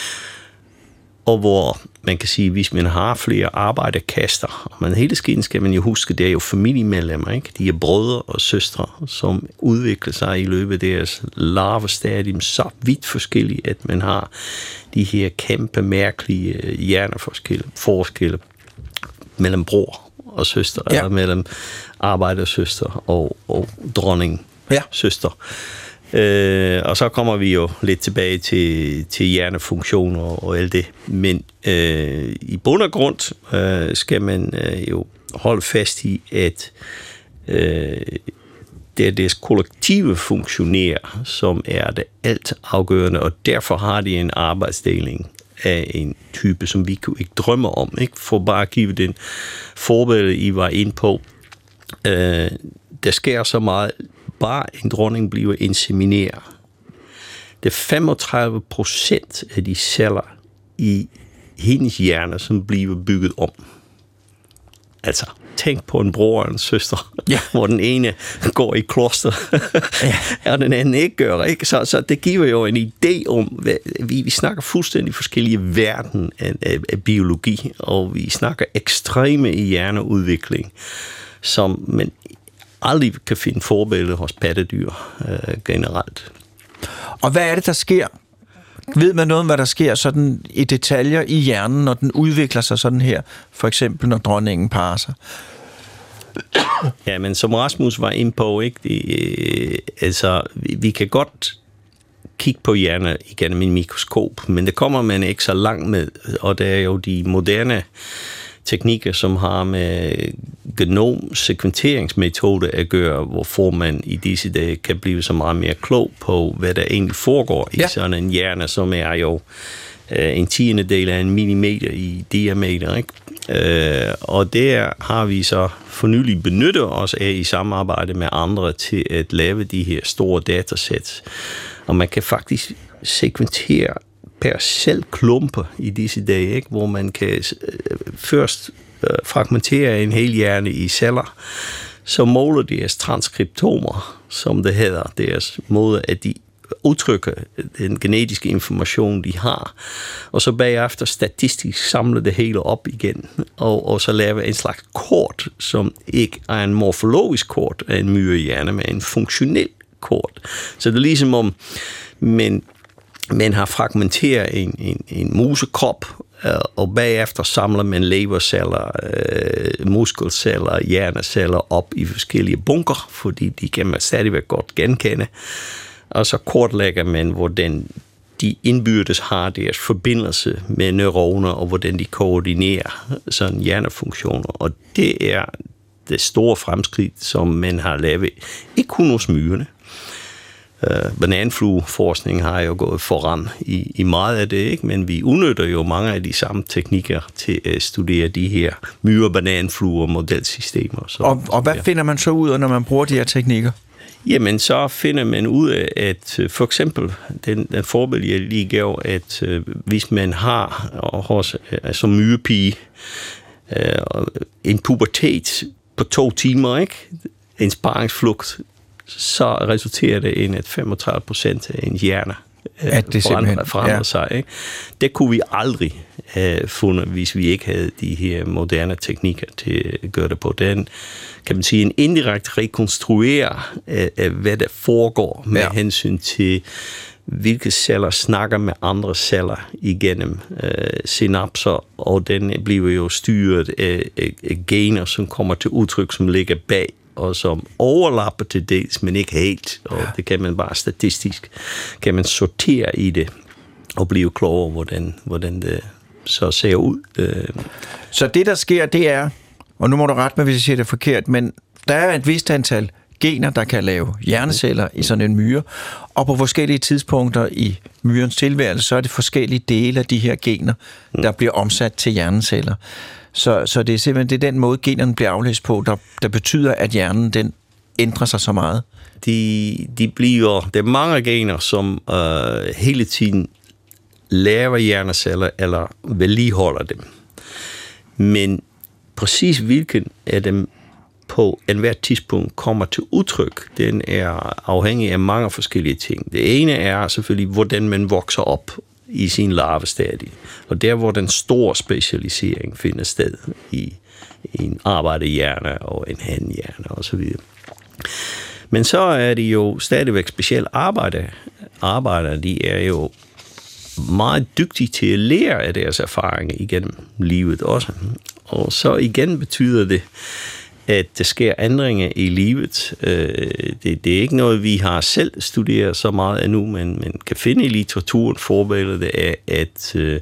Og hvor man kan sige, hvis man har flere arbejderkaster, og man hele tiden skal man jo huske, det er jo familiemedlemmer, ikke? De er brødre og søstre, som udvikler sig i løbet af deres larvestadium så vidt forskellige, at man har de her kæmpe, mærkelige hjerneforskelle forskelle mellem bror og søster, ja. Eller mellem arbejdersøster og, og dronning. Ja. Søster. Øh, og så kommer vi jo lidt tilbage til, til hjernefunktioner og, og alt det. Men øh, i bund og grund øh, skal man øh, jo holde fast i, at øh, det er deres kollektive funktionærer, som er det alt afgørende, og derfor har de en arbejdsdeling af en type, som vi kunne ikke drømme om. Ikke? For bare at give den forbillede, I var inde på. Øh, der sker så meget. Bare en dronning bliver insemineret. Det er femogtredive procent af de celler i hendes hjerne, som bliver bygget om. Altså, tænk på en bror og en søster, ja. Hvor den ene går i kloster, ja. Og den anden ikke gør. Ikke? Så, så det giver jo en idé om, hvad, vi, vi snakker fuldstændig forskellige verden af, af, af biologi, og vi snakker ekstreme i hjerneudvikling, som man aldrig kan finde forbillede hos pattedyr øh, generelt.
Og hvad er det, der sker? Ved man noget om, hvad der sker sådan i detaljer i hjernen, når den udvikler sig sådan her? For eksempel, når dronningen parer sig.
Ja, men som Rasmus var inde på, ikke? Det, øh, altså, vi, vi kan godt kigge på hjernen igennem en mikroskop, men det kommer man ikke så langt med, og det er jo de moderne teknikker, som har med genomsekventeringsmetoder at gøre, hvorfor man i disse dage kan blive så meget mere klog på, hvad der egentlig foregår i ja. Sådan en hjerne, som er jo øh, en tiende del af en millimeter i diameter. Ikke? Øh, og der har vi så for nylig benyttet os af i samarbejde med andre til at lave de her store datasæt. Og man kan faktisk sekventere parcelklumper i disse dage, ikke? Hvor man kan øh, først øh, fragmentere en hel hjerne i celler, så måler deres transkriptomer, som det hedder, deres måde, at de udtrykker den genetiske information, de har, og så bagefter statistisk samler det hele op igen, og, og så laver en slags kort, som ikke er en morfologisk kort af en myrehjerne, men en funktionel kort. Så det er ligesom om, man, man har fragmenteret en, en, en musekrop, og bagefter samler man leverceller, øh, muskelceller, hjerneceller op i forskellige bunker, fordi de kan man stadigvæk godt genkende. Og så kortlægger man, hvordan de indbyrdes har deres forbindelse med neuroner, og hvordan de koordinerer sådan hjernefunktioner. Og det er det store fremskridt, som man har lavet, ikke kun hos myrerne. Uh, bananflueforskning har jo gået foran i, i meget af det, ikke? Men vi udnytter jo mange af de samme teknikker til at studere de her myre, bananfluer og modelsystemer. Så,
og, og hvad ja. finder man så ud af, når man bruger de her teknikker?
Jamen, så finder man ud af, at for eksempel, den, den forbillede, jeg lige gav, at øh, hvis man har hos, altså myrepige, øh, en pubertet på to timer, ikke? En sparingsflugt, så resulterer det i, at femogtredive procent af ens hjerne øh, forandrer, forandrer ja. sig. Ikke? Det kunne vi aldrig have fundet, hvis vi ikke havde de her moderne teknikker til at gøre det på. Den, kan man sige, en indirekte rekonstruere af, af hvad der foregår med ja. hensyn til, hvilke celler snakker med andre celler igennem øh, synapser, og den bliver jo styret af, af, af gener, som kommer til udtryk, som ligger bag, og som overlapper til dels, men ikke helt. Og ja. det kan man bare statistisk, kan man sortere i det, og blive klog over, hvordan, hvordan det så ser ud.
Så det, der sker, det er, og nu må du rette mig, hvis jeg siger det forkert, men der er et vist antal gener, der kan lave hjerneceller i sådan en myre, og på forskellige tidspunkter i myrens tilværelse, så er det forskellige dele af de her gener, der bliver omsat til hjerneceller. Så, så det er simpelthen det er den måde, generne bliver aflæst på, der, der betyder, at hjernen den ændrer sig så meget.
De, de bliver, der er mange gener, som øh, hele tiden laver hjerneceller eller vedligeholder dem. Men præcis hvilken af dem på enhver tidspunkt kommer til udtryk, den er afhængig af mange forskellige ting. Det ene er selvfølgelig, hvordan man vokser op i sin larvestadie. Og der, hvor den store specialisering finder sted i, i en arbejderhjerne og en hanhjerne osv. Men så er de jo stadigvæk specielt arbejde. Arbejdere, de er jo meget dygtige til at lære af deres erfaringer igennem livet også. Og så igen betyder det, at der sker ændringer i livet. Det, det er ikke noget, vi har selv studeret så meget endnu, men man kan finde i litteraturen forbilleder af, at øh,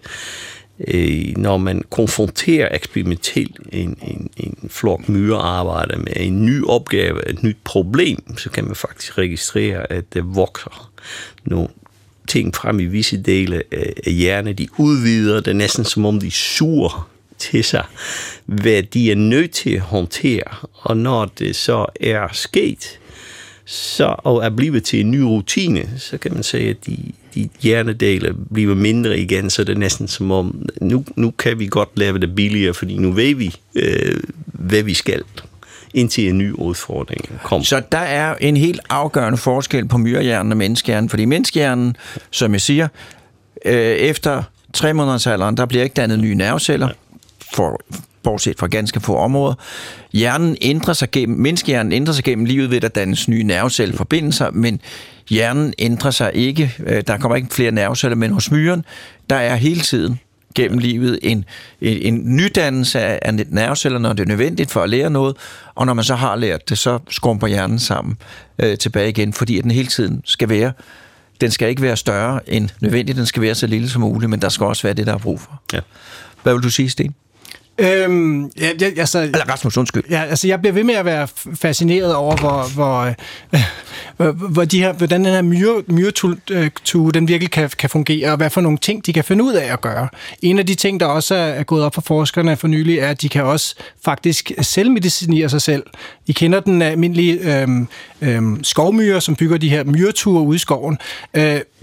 når man konfronterer eksperimentelt en, en, en flok myrearbejder med en ny opgave, et nyt problem, så kan man faktisk registrere, at det vokser nogle ting frem i visse dele af hjernen. De udvider det næsten som om de suger til sig, hvad de er nødt til at håndtere. Og når det så er sket, så, og er blevet til en ny rutine, så kan man sige, at de, de hjernedele bliver mindre igen, så det er næsten som om, nu, nu kan vi godt lave det billigere, fordi nu ved vi, øh, hvad vi skal, indtil en ny udfordring kommer.
Så der er en helt afgørende forskel på myrehjernen og menneskehjernen, fordi menneskehjernen, som jeg siger, øh, efter tre måneders alderen, der bliver ikke dannet nye nerveceller, for, bortset fra ganske få områder. Hjernen ændrer sig gennem, menneskehjernen ændrer sig gennem livet ved, at der dannes nye nervecelleforbindelser, men hjernen ændrer sig ikke. Der kommer ikke flere nerveceller, men hos myren, der er hele tiden gennem livet en, en, en nydannelse af nerveceller, når det er nødvendigt for at lære noget, og når man så har lært det, så skrumper hjernen sammen øh, tilbage igen, fordi den hele tiden skal være, den skal ikke være større end nødvendigt, den skal være så lille som muligt, men der skal også være det, der er brug for. Ja. Hvad vil du sige, Sten?
Øhm, ja, ja, altså,
Eller Rasmus, undskyld.
Ja, altså, jeg bliver ved med at være fascineret over, hvor, hvor, øh, hvor de her, hvordan den her myre, myretue, den virkelig kan, kan fungere, og hvad for nogle ting, de kan finde ud af at gøre. En af de ting, der også er gået op for forskerne for nylig, er, at de kan også faktisk selvmedicinere sig selv. I kender den almindelige øh, øh, skovmyre, som bygger de her myreture ude i skoven. Øh,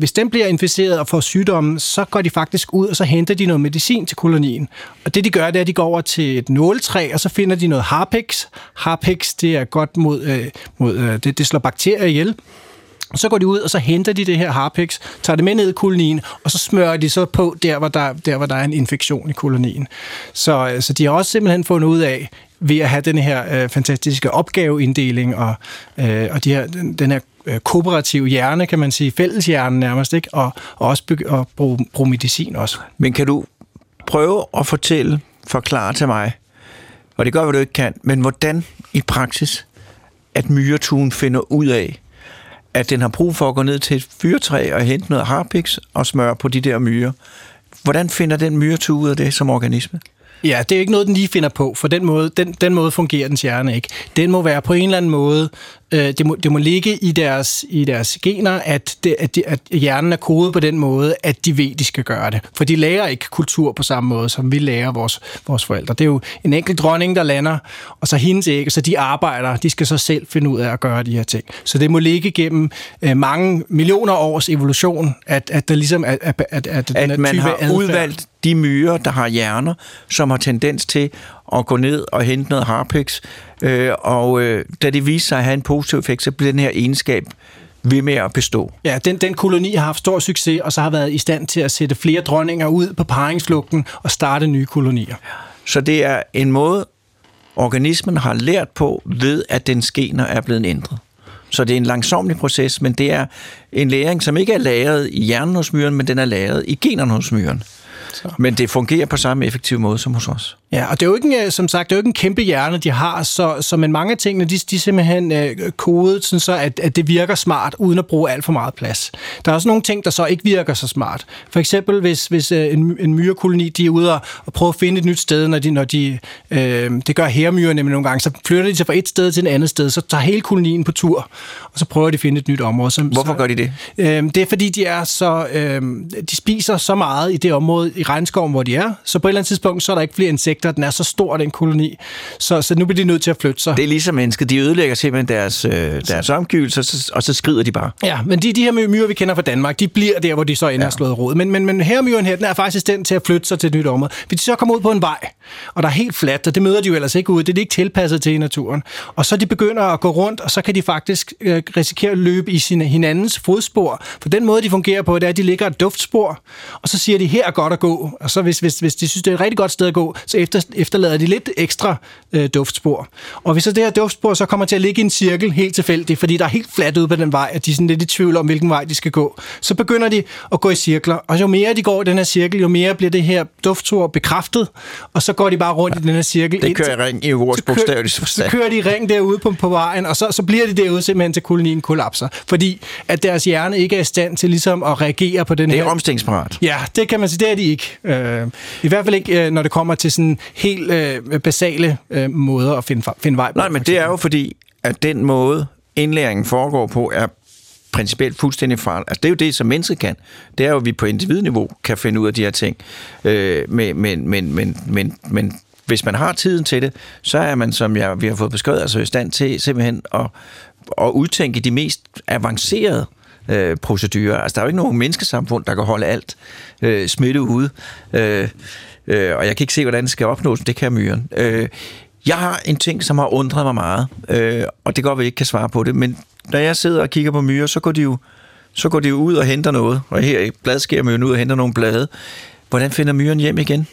hvis den bliver inficeret og får sygdommen, så går de faktisk ud, og så henter de noget medicin til kolonien. Og det de gør, det er, at de går over til et nåletræ, og så finder de noget harpiks. Harpiks, det er godt mod, øh, mod øh, det, det slår bakterier ihjel. Så går de ud, og så henter de det her harpiks, tager det med ned i kolonien, og så smører de så på der, hvor der, der, hvor der er en infektion i kolonien. Så, så de har også simpelthen fundet ud af, ved at have den her øh, fantastiske opgaveinddeling og, øh, og de her, den, den her øh, kooperative hjerne, kan man sige, fælleshjernen nærmest, ikke? Og, og også bygge, og bruge, bruge medicin også.
Men kan du prøve at fortælle, forklare til mig, og det gør, hvad du ikke kan, men hvordan i praksis, at myretuen finder ud af, at den har brug for at gå ned til et fyrtræ og hente noget harpiks og smøre på de der myrer. Hvordan finder den myretue ud af det som organisme?
Ja, det er ikke noget, den lige finder på, for den måde, den, den måde fungerer dens hjerne ikke. Den må være på en eller anden måde, øh, det, må, det må ligge i deres, i deres gener, at, det, at, de, at hjernen er kodet på den måde, at de ved, de skal gøre det. For de lærer ikke kultur på samme måde, som vi lærer vores, vores forældre. Det er jo en enkelt dronning, der lander, og så hendes æg, så de arbejder, de skal så selv finde ud af at gøre de her ting. Så det må ligge gennem øh, mange millioner års evolution, at, at der ligesom at, at, at, at, den
at man
type
har
adfærd,
udvalgt de myrer, der har hjerner, som har tendens til at gå ned og hente noget harpiks, øh, og øh, da det viser sig at have en positiv effekt, så bliver den her egenskab ved med at bestå.
Ja, den, den koloni har haft stor succes, og så har været i stand til at sætte flere dronninger ud på parringsflugten og starte nye kolonier.
Så det er en måde, organismen har lært på, ved at dens gener er blevet ændret. Så det er en langsomlig proces, men det er en læring, som ikke er lagret i hjernen hos myren, men den er lagret i generne hos myren. Så. Men det fungerer på samme effektiv måde som hos os.
Ja, og det er jo ikke en, som sagt, det er jo ikke en kæmpe hjerne, de har, så, så men mange af tingene, de, de er simpelthen øh, kodet, sådan så at, at det virker smart, uden at bruge alt for meget plads. Der er også nogle ting, der så ikke virker så smart. For eksempel, hvis, hvis øh, en, en myrekoloni, de er ude og, og prøve at finde et nyt sted, når de, når de øh, det gør hærmyrer nemlig nogle gange, så flytter de sig fra et sted til et andet sted, så tager hele kolonien på tur, og så prøver de at finde et nyt område. Så,
Hvorfor
så,
gør de det?
Øh, det er fordi, de er så, øh, de spiser så meget i det område, i regnskoven, hvor de er, så på et eller andet tidspunkt, så er der ikke flere insekter, den er så stor, den koloni, så, så nu bliver de nødt til at flytte sig.
Det er ligesom mennesker, de ødelægger simpelthen deres, øh, deres omgivelser, og så skrider de bare.
Ja, men de, de her myrer, vi kender fra Danmark, de bliver der, hvor de så ender ja. slået rod. Men, men, men hermyren her, den er faktisk den til at flytte sig til et nyt område. Hvis de så kommer ud på en vej, og der er helt fladt, og det møder de jo ellers ikke ud, det er de ikke tilpasset til i naturen, og så de begynder at gå rundt, og så kan de faktisk øh, risikere at løbe i sine, hinandens fodspor. For den måde, de fungerer på, det er, at de ligger et duftspor, og så siger de, her er godt at gå. Og så hvis, hvis, hvis de synes, det er et rigtig godt sted at gå, så efter, efterlader de lidt ekstra øh, duftspor. Og hvis så det her duftspor så kommer til at ligge i en cirkel helt tilfældigt, fordi der er helt fladt ud på den vej, at de er sådan lidt i tvivl om, hvilken vej de skal gå, så begynder de at gå i cirkler. Og jo mere de går i den her cirkel, jo mere bliver det her duftspor bekræftet, og så går de bare rundt ja, i den her cirkel.
Det kører i ring i vores bogstaveligt
forstand. Så kører de i ring derude på, på vejen, og så, så bliver de derude simpelthen til kolonien kollapser. Fordi at deres hjerne ikke er i stand til ligesom at reagere på den her...
Det er omstillingsparat.
Ja, det kan man sige, det er de ikke. Øh, I hvert fald ikke, når det kommer til sådan helt øh, basale øh, måder at finde, finde vej på.
Nej, men det er jo fordi, at den måde, indlæringen foregår på, er principielt fuldstændig farligt. Altså, det er jo det, som mennesket kan. Det er jo, at vi på individniveau kan finde ud af de her ting. Øh, men, men, men, men, men, men hvis man har tiden til det, så er man, som jeg, vi har fået beskrevet, altså i stand til simpelthen at, at udtænke de mest avancerede øh, procedurer. Altså, der er jo ikke nogen menneskesamfund, der kan holde alt øh, smitte ude. Øh, øh, og jeg kan ikke se, hvordan det skal opnås, det kan myren. Øh, jeg har en ting, som har undret mig meget, øh, og det går, at vi ikke kan svare på det, men når jeg sidder og kigger på myrer, så går de jo, så går de jo ud og henter noget, og her i bladskærmyren ud og henter nogle blade. Hvordan finder myren hjem igen?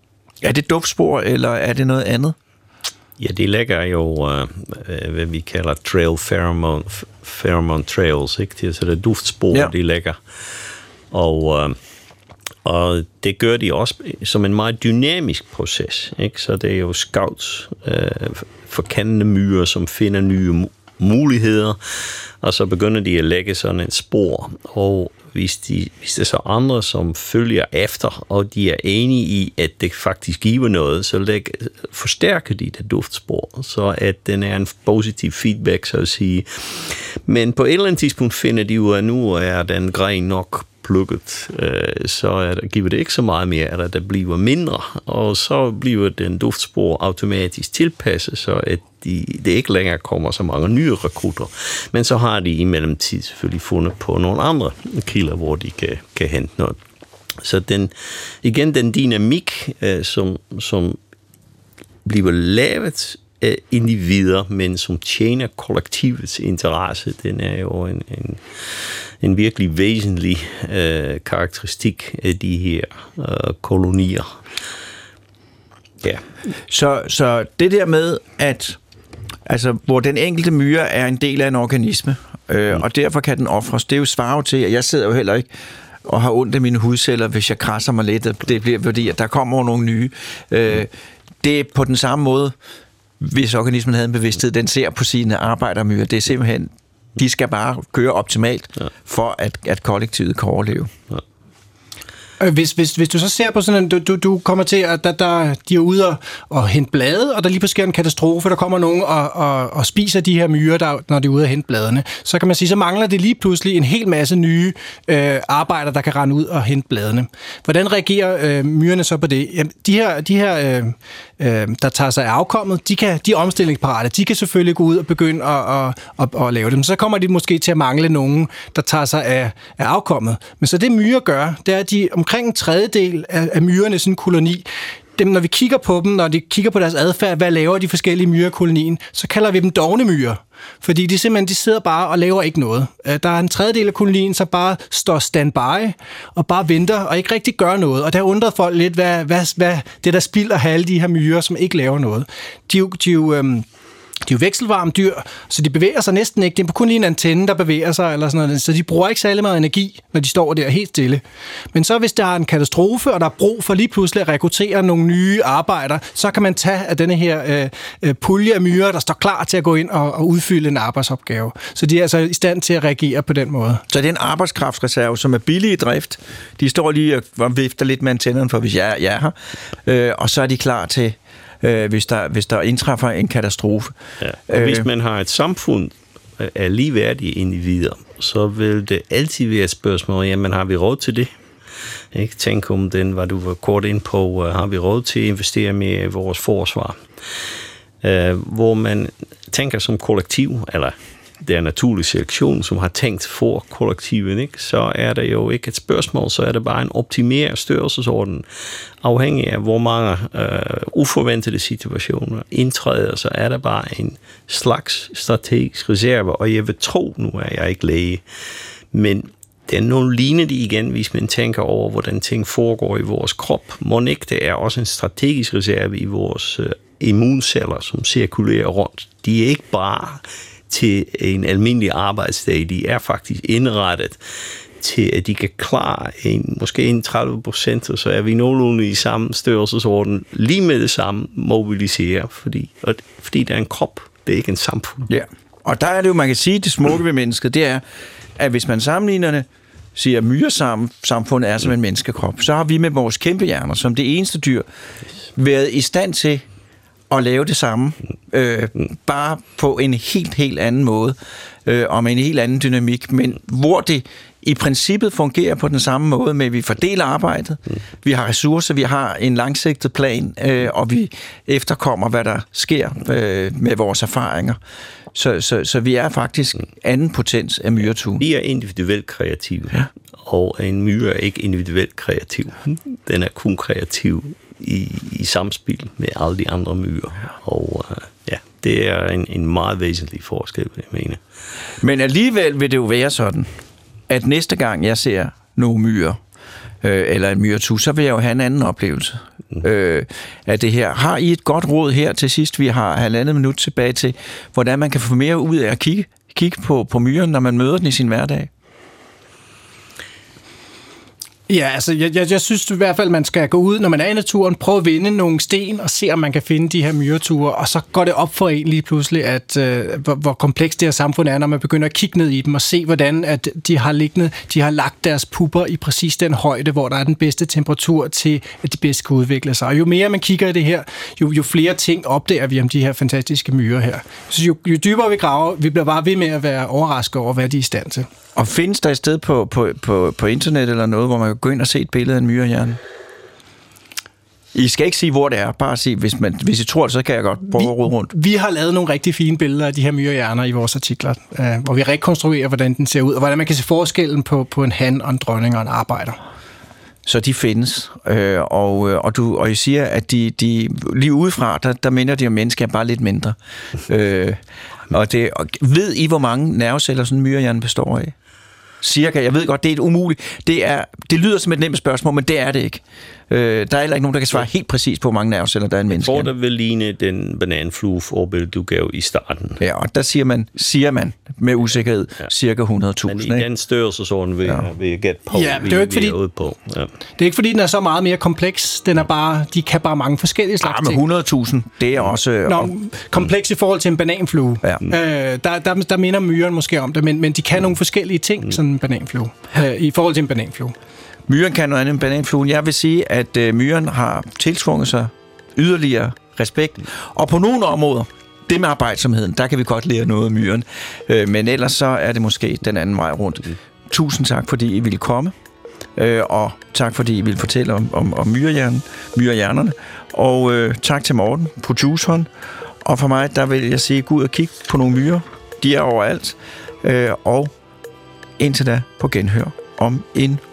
Er det duftspor, eller er det noget andet?
Ja, de lægger jo, uh, hvad vi kalder trail pheromone, pheromone trails, ikke? Det er så det duftspor, ja. De lægger. Og, uh, og det gør de også som en meget dynamisk proces, ikke? Så det er jo scouts, uh, forkandende myrer, som finder nye muligheder, og så begynder de at lægge sådan en spor, og hvis, de, hvis det er så andre, som følger efter, og de er enige i, at det faktisk giver noget, så læg, forstærker de det duftspor, så at den er en positiv feedback, så at sige. Men på et eller andet tidspunkt finder de jo, at nu er den gren nok plukket, øh, så er der, giver det ikke så meget mere, at der bliver mindre, og så bliver den duftspor automatisk tilpasset, så at de, det ikke længere kommer så mange nye rekrutter. Men så har de i mellemtid selvfølgelig fundet på nogle andre kilder, hvor de kan, kan hente noget. Så den, igen den dynamik, øh, som, som bliver lavet af individer, men som tjener kollektivets interesse, den er jo en, en, en virkelig væsentlig øh, karakteristik af de her øh, kolonier. Ja.
Så, så det der med, at altså, hvor den enkelte myre er en del af en organisme, øh, mm. og derfor kan den ofres, det er jo svaret til, at jeg sidder jo heller ikke og har ondt af mine hudceller, hvis jeg krasser mig lidt, det bliver fordi, at der kommer nogle nye. Øh, det er på den samme måde, hvis organismen havde en bevidsthed, den ser på sine arbejdermyrer. Det er simpelthen, de skal bare køre optimalt, ja. for at, at kollektivet kan overleve. Ja.
Hvis, hvis, hvis du så ser på sådan en, du, du, du kommer til, at der, der, de er ude og, og hente blade, og der lige pludselig sker en katastrofe, der kommer nogen og, og, og spiser de her myrer, der, når de er ude og hente bladene, så kan man sige, så mangler det lige pludselig en hel masse nye øh, arbejdere, der kan rende ud og hente bladene. Hvordan reagerer øh, myrerne så på det? Jamen, de her, de her øh, øh, der tager sig af afkommet, de, kan, de er omstillingsparate, de kan selvfølgelig gå ud og begynde at, at, at, at lave dem. Så kommer de måske til at mangle nogen, der tager sig af, af afkommet. Men så det myrer gør, det er, at de omkring en tredjedel af, af myrerne i sådan en koloni, dem, når vi kigger på dem, når de kigger på deres adfærd, hvad laver de forskellige myrer i kolonien, så kalder vi dem dovne myrer. Fordi de simpelthen, de sidder bare og laver ikke noget. Der er en tredjedel af kolonien, som bare står standby og bare venter og ikke rigtig gør noget. Og der undrer folk lidt, hvad, hvad, hvad det der spilder af alle de her myrer, som ikke laver noget. De er jo, de er jo øhm, De er jo vekselvarme dyr, så de bevæger sig næsten ikke. Det er kun lige en antenne, der bevæger sig, eller sådan noget. Så de bruger ikke særlig meget energi, når de står der helt stille. Men så hvis der er en katastrofe, og der er brug for lige pludselig at rekruttere nogle nye arbejdere, så kan man tage af denne her øh, pulje af myrer, der står klar til at gå ind og, og udfylde en arbejdsopgave. Så de er altså i stand til at reagere på den måde.
Så det er en arbejdskraftreserve, som er billig i drift. De står lige og vifter lidt med antennerne for, hvis jeg er, jeg er her. Øh, og så er de klar til... Øh, hvis, der, hvis der indtræffer en katastrofe.
Ja. Og øh, hvis man har et samfund af ligeværdige individer, så vil det altid være et spørgsmål, jamen har vi råd til det? Ikke? Tænk om den, hvad du var kort ind på, har vi råd til at investere mere i vores forsvar? Øh, hvor man tænker som kollektiv, eller det er naturlig selektion, som har tænkt for kollektivet, ikke? Så er der jo ikke et spørgsmål, så er det bare en optimeret størrelsesorden. Afhængig af, hvor mange øh, uforventede situationer indtræder, så er der bare en slags strategisk reserve, og jeg vil tro, nu er jeg ikke læge, men det er nogle lignende igen, hvis man tænker over, hvordan ting foregår i vores krop. Mon ikke, det er også en strategisk reserve i vores øh, immunceller, som cirkulerer rundt. De er ikke bare til en almindelig arbejdsdag. De er faktisk indrettet til, at de kan klare en, måske en tredive procent, og så er vi nogenlunde i samme størrelsesorden, lige med det samme mobilisere, fordi, og, fordi det er en krop, det er ikke en samfund.
Ja, og der er det jo, man kan sige, det smukke ved mennesket, det er, at hvis man sammenligner det, siger, at myresamfundet er som en menneskekrop, så har vi med vores kæmpehjerner, som det eneste dyr, været i stand til at lave det samme, øh, bare på en helt, helt anden måde, øh, og med en helt anden dynamik, men hvor det i princippet fungerer på den samme måde, med at vi fordeler arbejdet, vi har ressourcer, vi har en langsigtet plan, øh, og vi efterkommer, hvad der sker øh, med vores erfaringer. Så, så, så vi er faktisk anden potens af myretun.
Vi er individuelt kreative, ja. Og en myre er ikke individuelt kreativ. Den er kun kreativ i, i samspil med alle de andre myrer. Og uh, ja, det er en, en meget væsentlig forskel, jeg mener.
Men alligevel vil det jo være sådan, at næste gang jeg ser nogle myrer, øh, eller en myretu, så vil jeg jo have en anden oplevelse mm. øh, af det her. Har I et godt råd her til sidst? Vi har halvandet minut tilbage til, hvordan man kan få mere ud af at kigge, kigge på, på myren, når man møder den i sin hverdag.
Ja, altså jeg, jeg, jeg synes i hvert fald, man skal gå ud, når man er i naturen, prøve at vinde nogle sten og se, om man kan finde de her myreture, og så går det op for en lige pludselig, at øh, hvor, hvor komplekst det her samfund er, når man begynder at kigge ned i dem og se, hvordan at de har liggende, de har lagt deres pupper i præcis den højde, hvor der er den bedste temperatur til, at de bedst kan udvikle sig. Og jo mere man kigger i det her, jo, jo flere ting opdager vi om de her fantastiske myrer her. Så jo, jo dybere vi graver, vi bliver bare ved med at være overrasket over, hvad de er i stand til.
Og findes der et sted på, på, på, på internet eller noget, hvor man kan gå ind og se et billede af en myrehjerne? I skal ikke sige, hvor det er. Bare sige, hvis, man, hvis I tror det, så kan jeg godt prøve at rode rundt.
Vi har lavet nogle rigtig fine billeder af de her myrehjerner i vores artikler, øh, hvor vi rekonstruerer, hvordan den ser ud, og hvordan man kan se forskellen på, på en han og en dronning og en arbejder.
Så de findes, øh, og, og, du, og I siger, at de, de lige udefra, der, der minder de om mennesker, bare lidt mindre. øh, og det, og ved I, hvor mange nerveceller sådan en myrehjerne består af? Cirka. Jeg ved godt, det er et umuligt. Det, er, det lyder som et nemt spørgsmål, men det er det ikke. Øh, der er heller ikke nogen, der kan svare helt præcis på, hvor mange nerveceller der er en menneske.
Jeg tror, der vil ligne den bananflue-forbillede, du gav i starten.
Ja, og der siger man, siger man med usikkerhed, ja. cirka hundrede tusind.
Men i den størrelse sådan vil, ja. vil jeg gætte på,
ja, det er jo ikke, fordi,
på. Ja.
Det er ikke fordi, den er så meget mere kompleks. Den er bare, de kan bare mange forskellige slags ting.
Ja, men hundrede tusind, det er også...
Nå, kompleks i forhold til en bananflue. Ja. Øh, der, der, der minder myren måske om det, men, men de kan nogle forskellige ting, sådan en bananflue, øh, i forhold til en bananflue.
Myren kan noget andet end bananfluen. Jeg vil sige, at øh, myren har tilsvunget sig yderligere respekt. Og på nogle områder, det med arbejdsomheden, der kan vi godt lære noget af myren. Øh, men ellers så er det måske den anden vej rundt. Mm. Tusind tak, fordi I ville komme. Øh, og tak, fordi I ville fortælle om, om, om myrehjernen, myrehjernerne. Og øh, tak til Morten, produceren. Og for mig, der vil jeg sige, gå ud og kigge på nogle myrer. De er overalt. Øh, og indtil da på genhør om en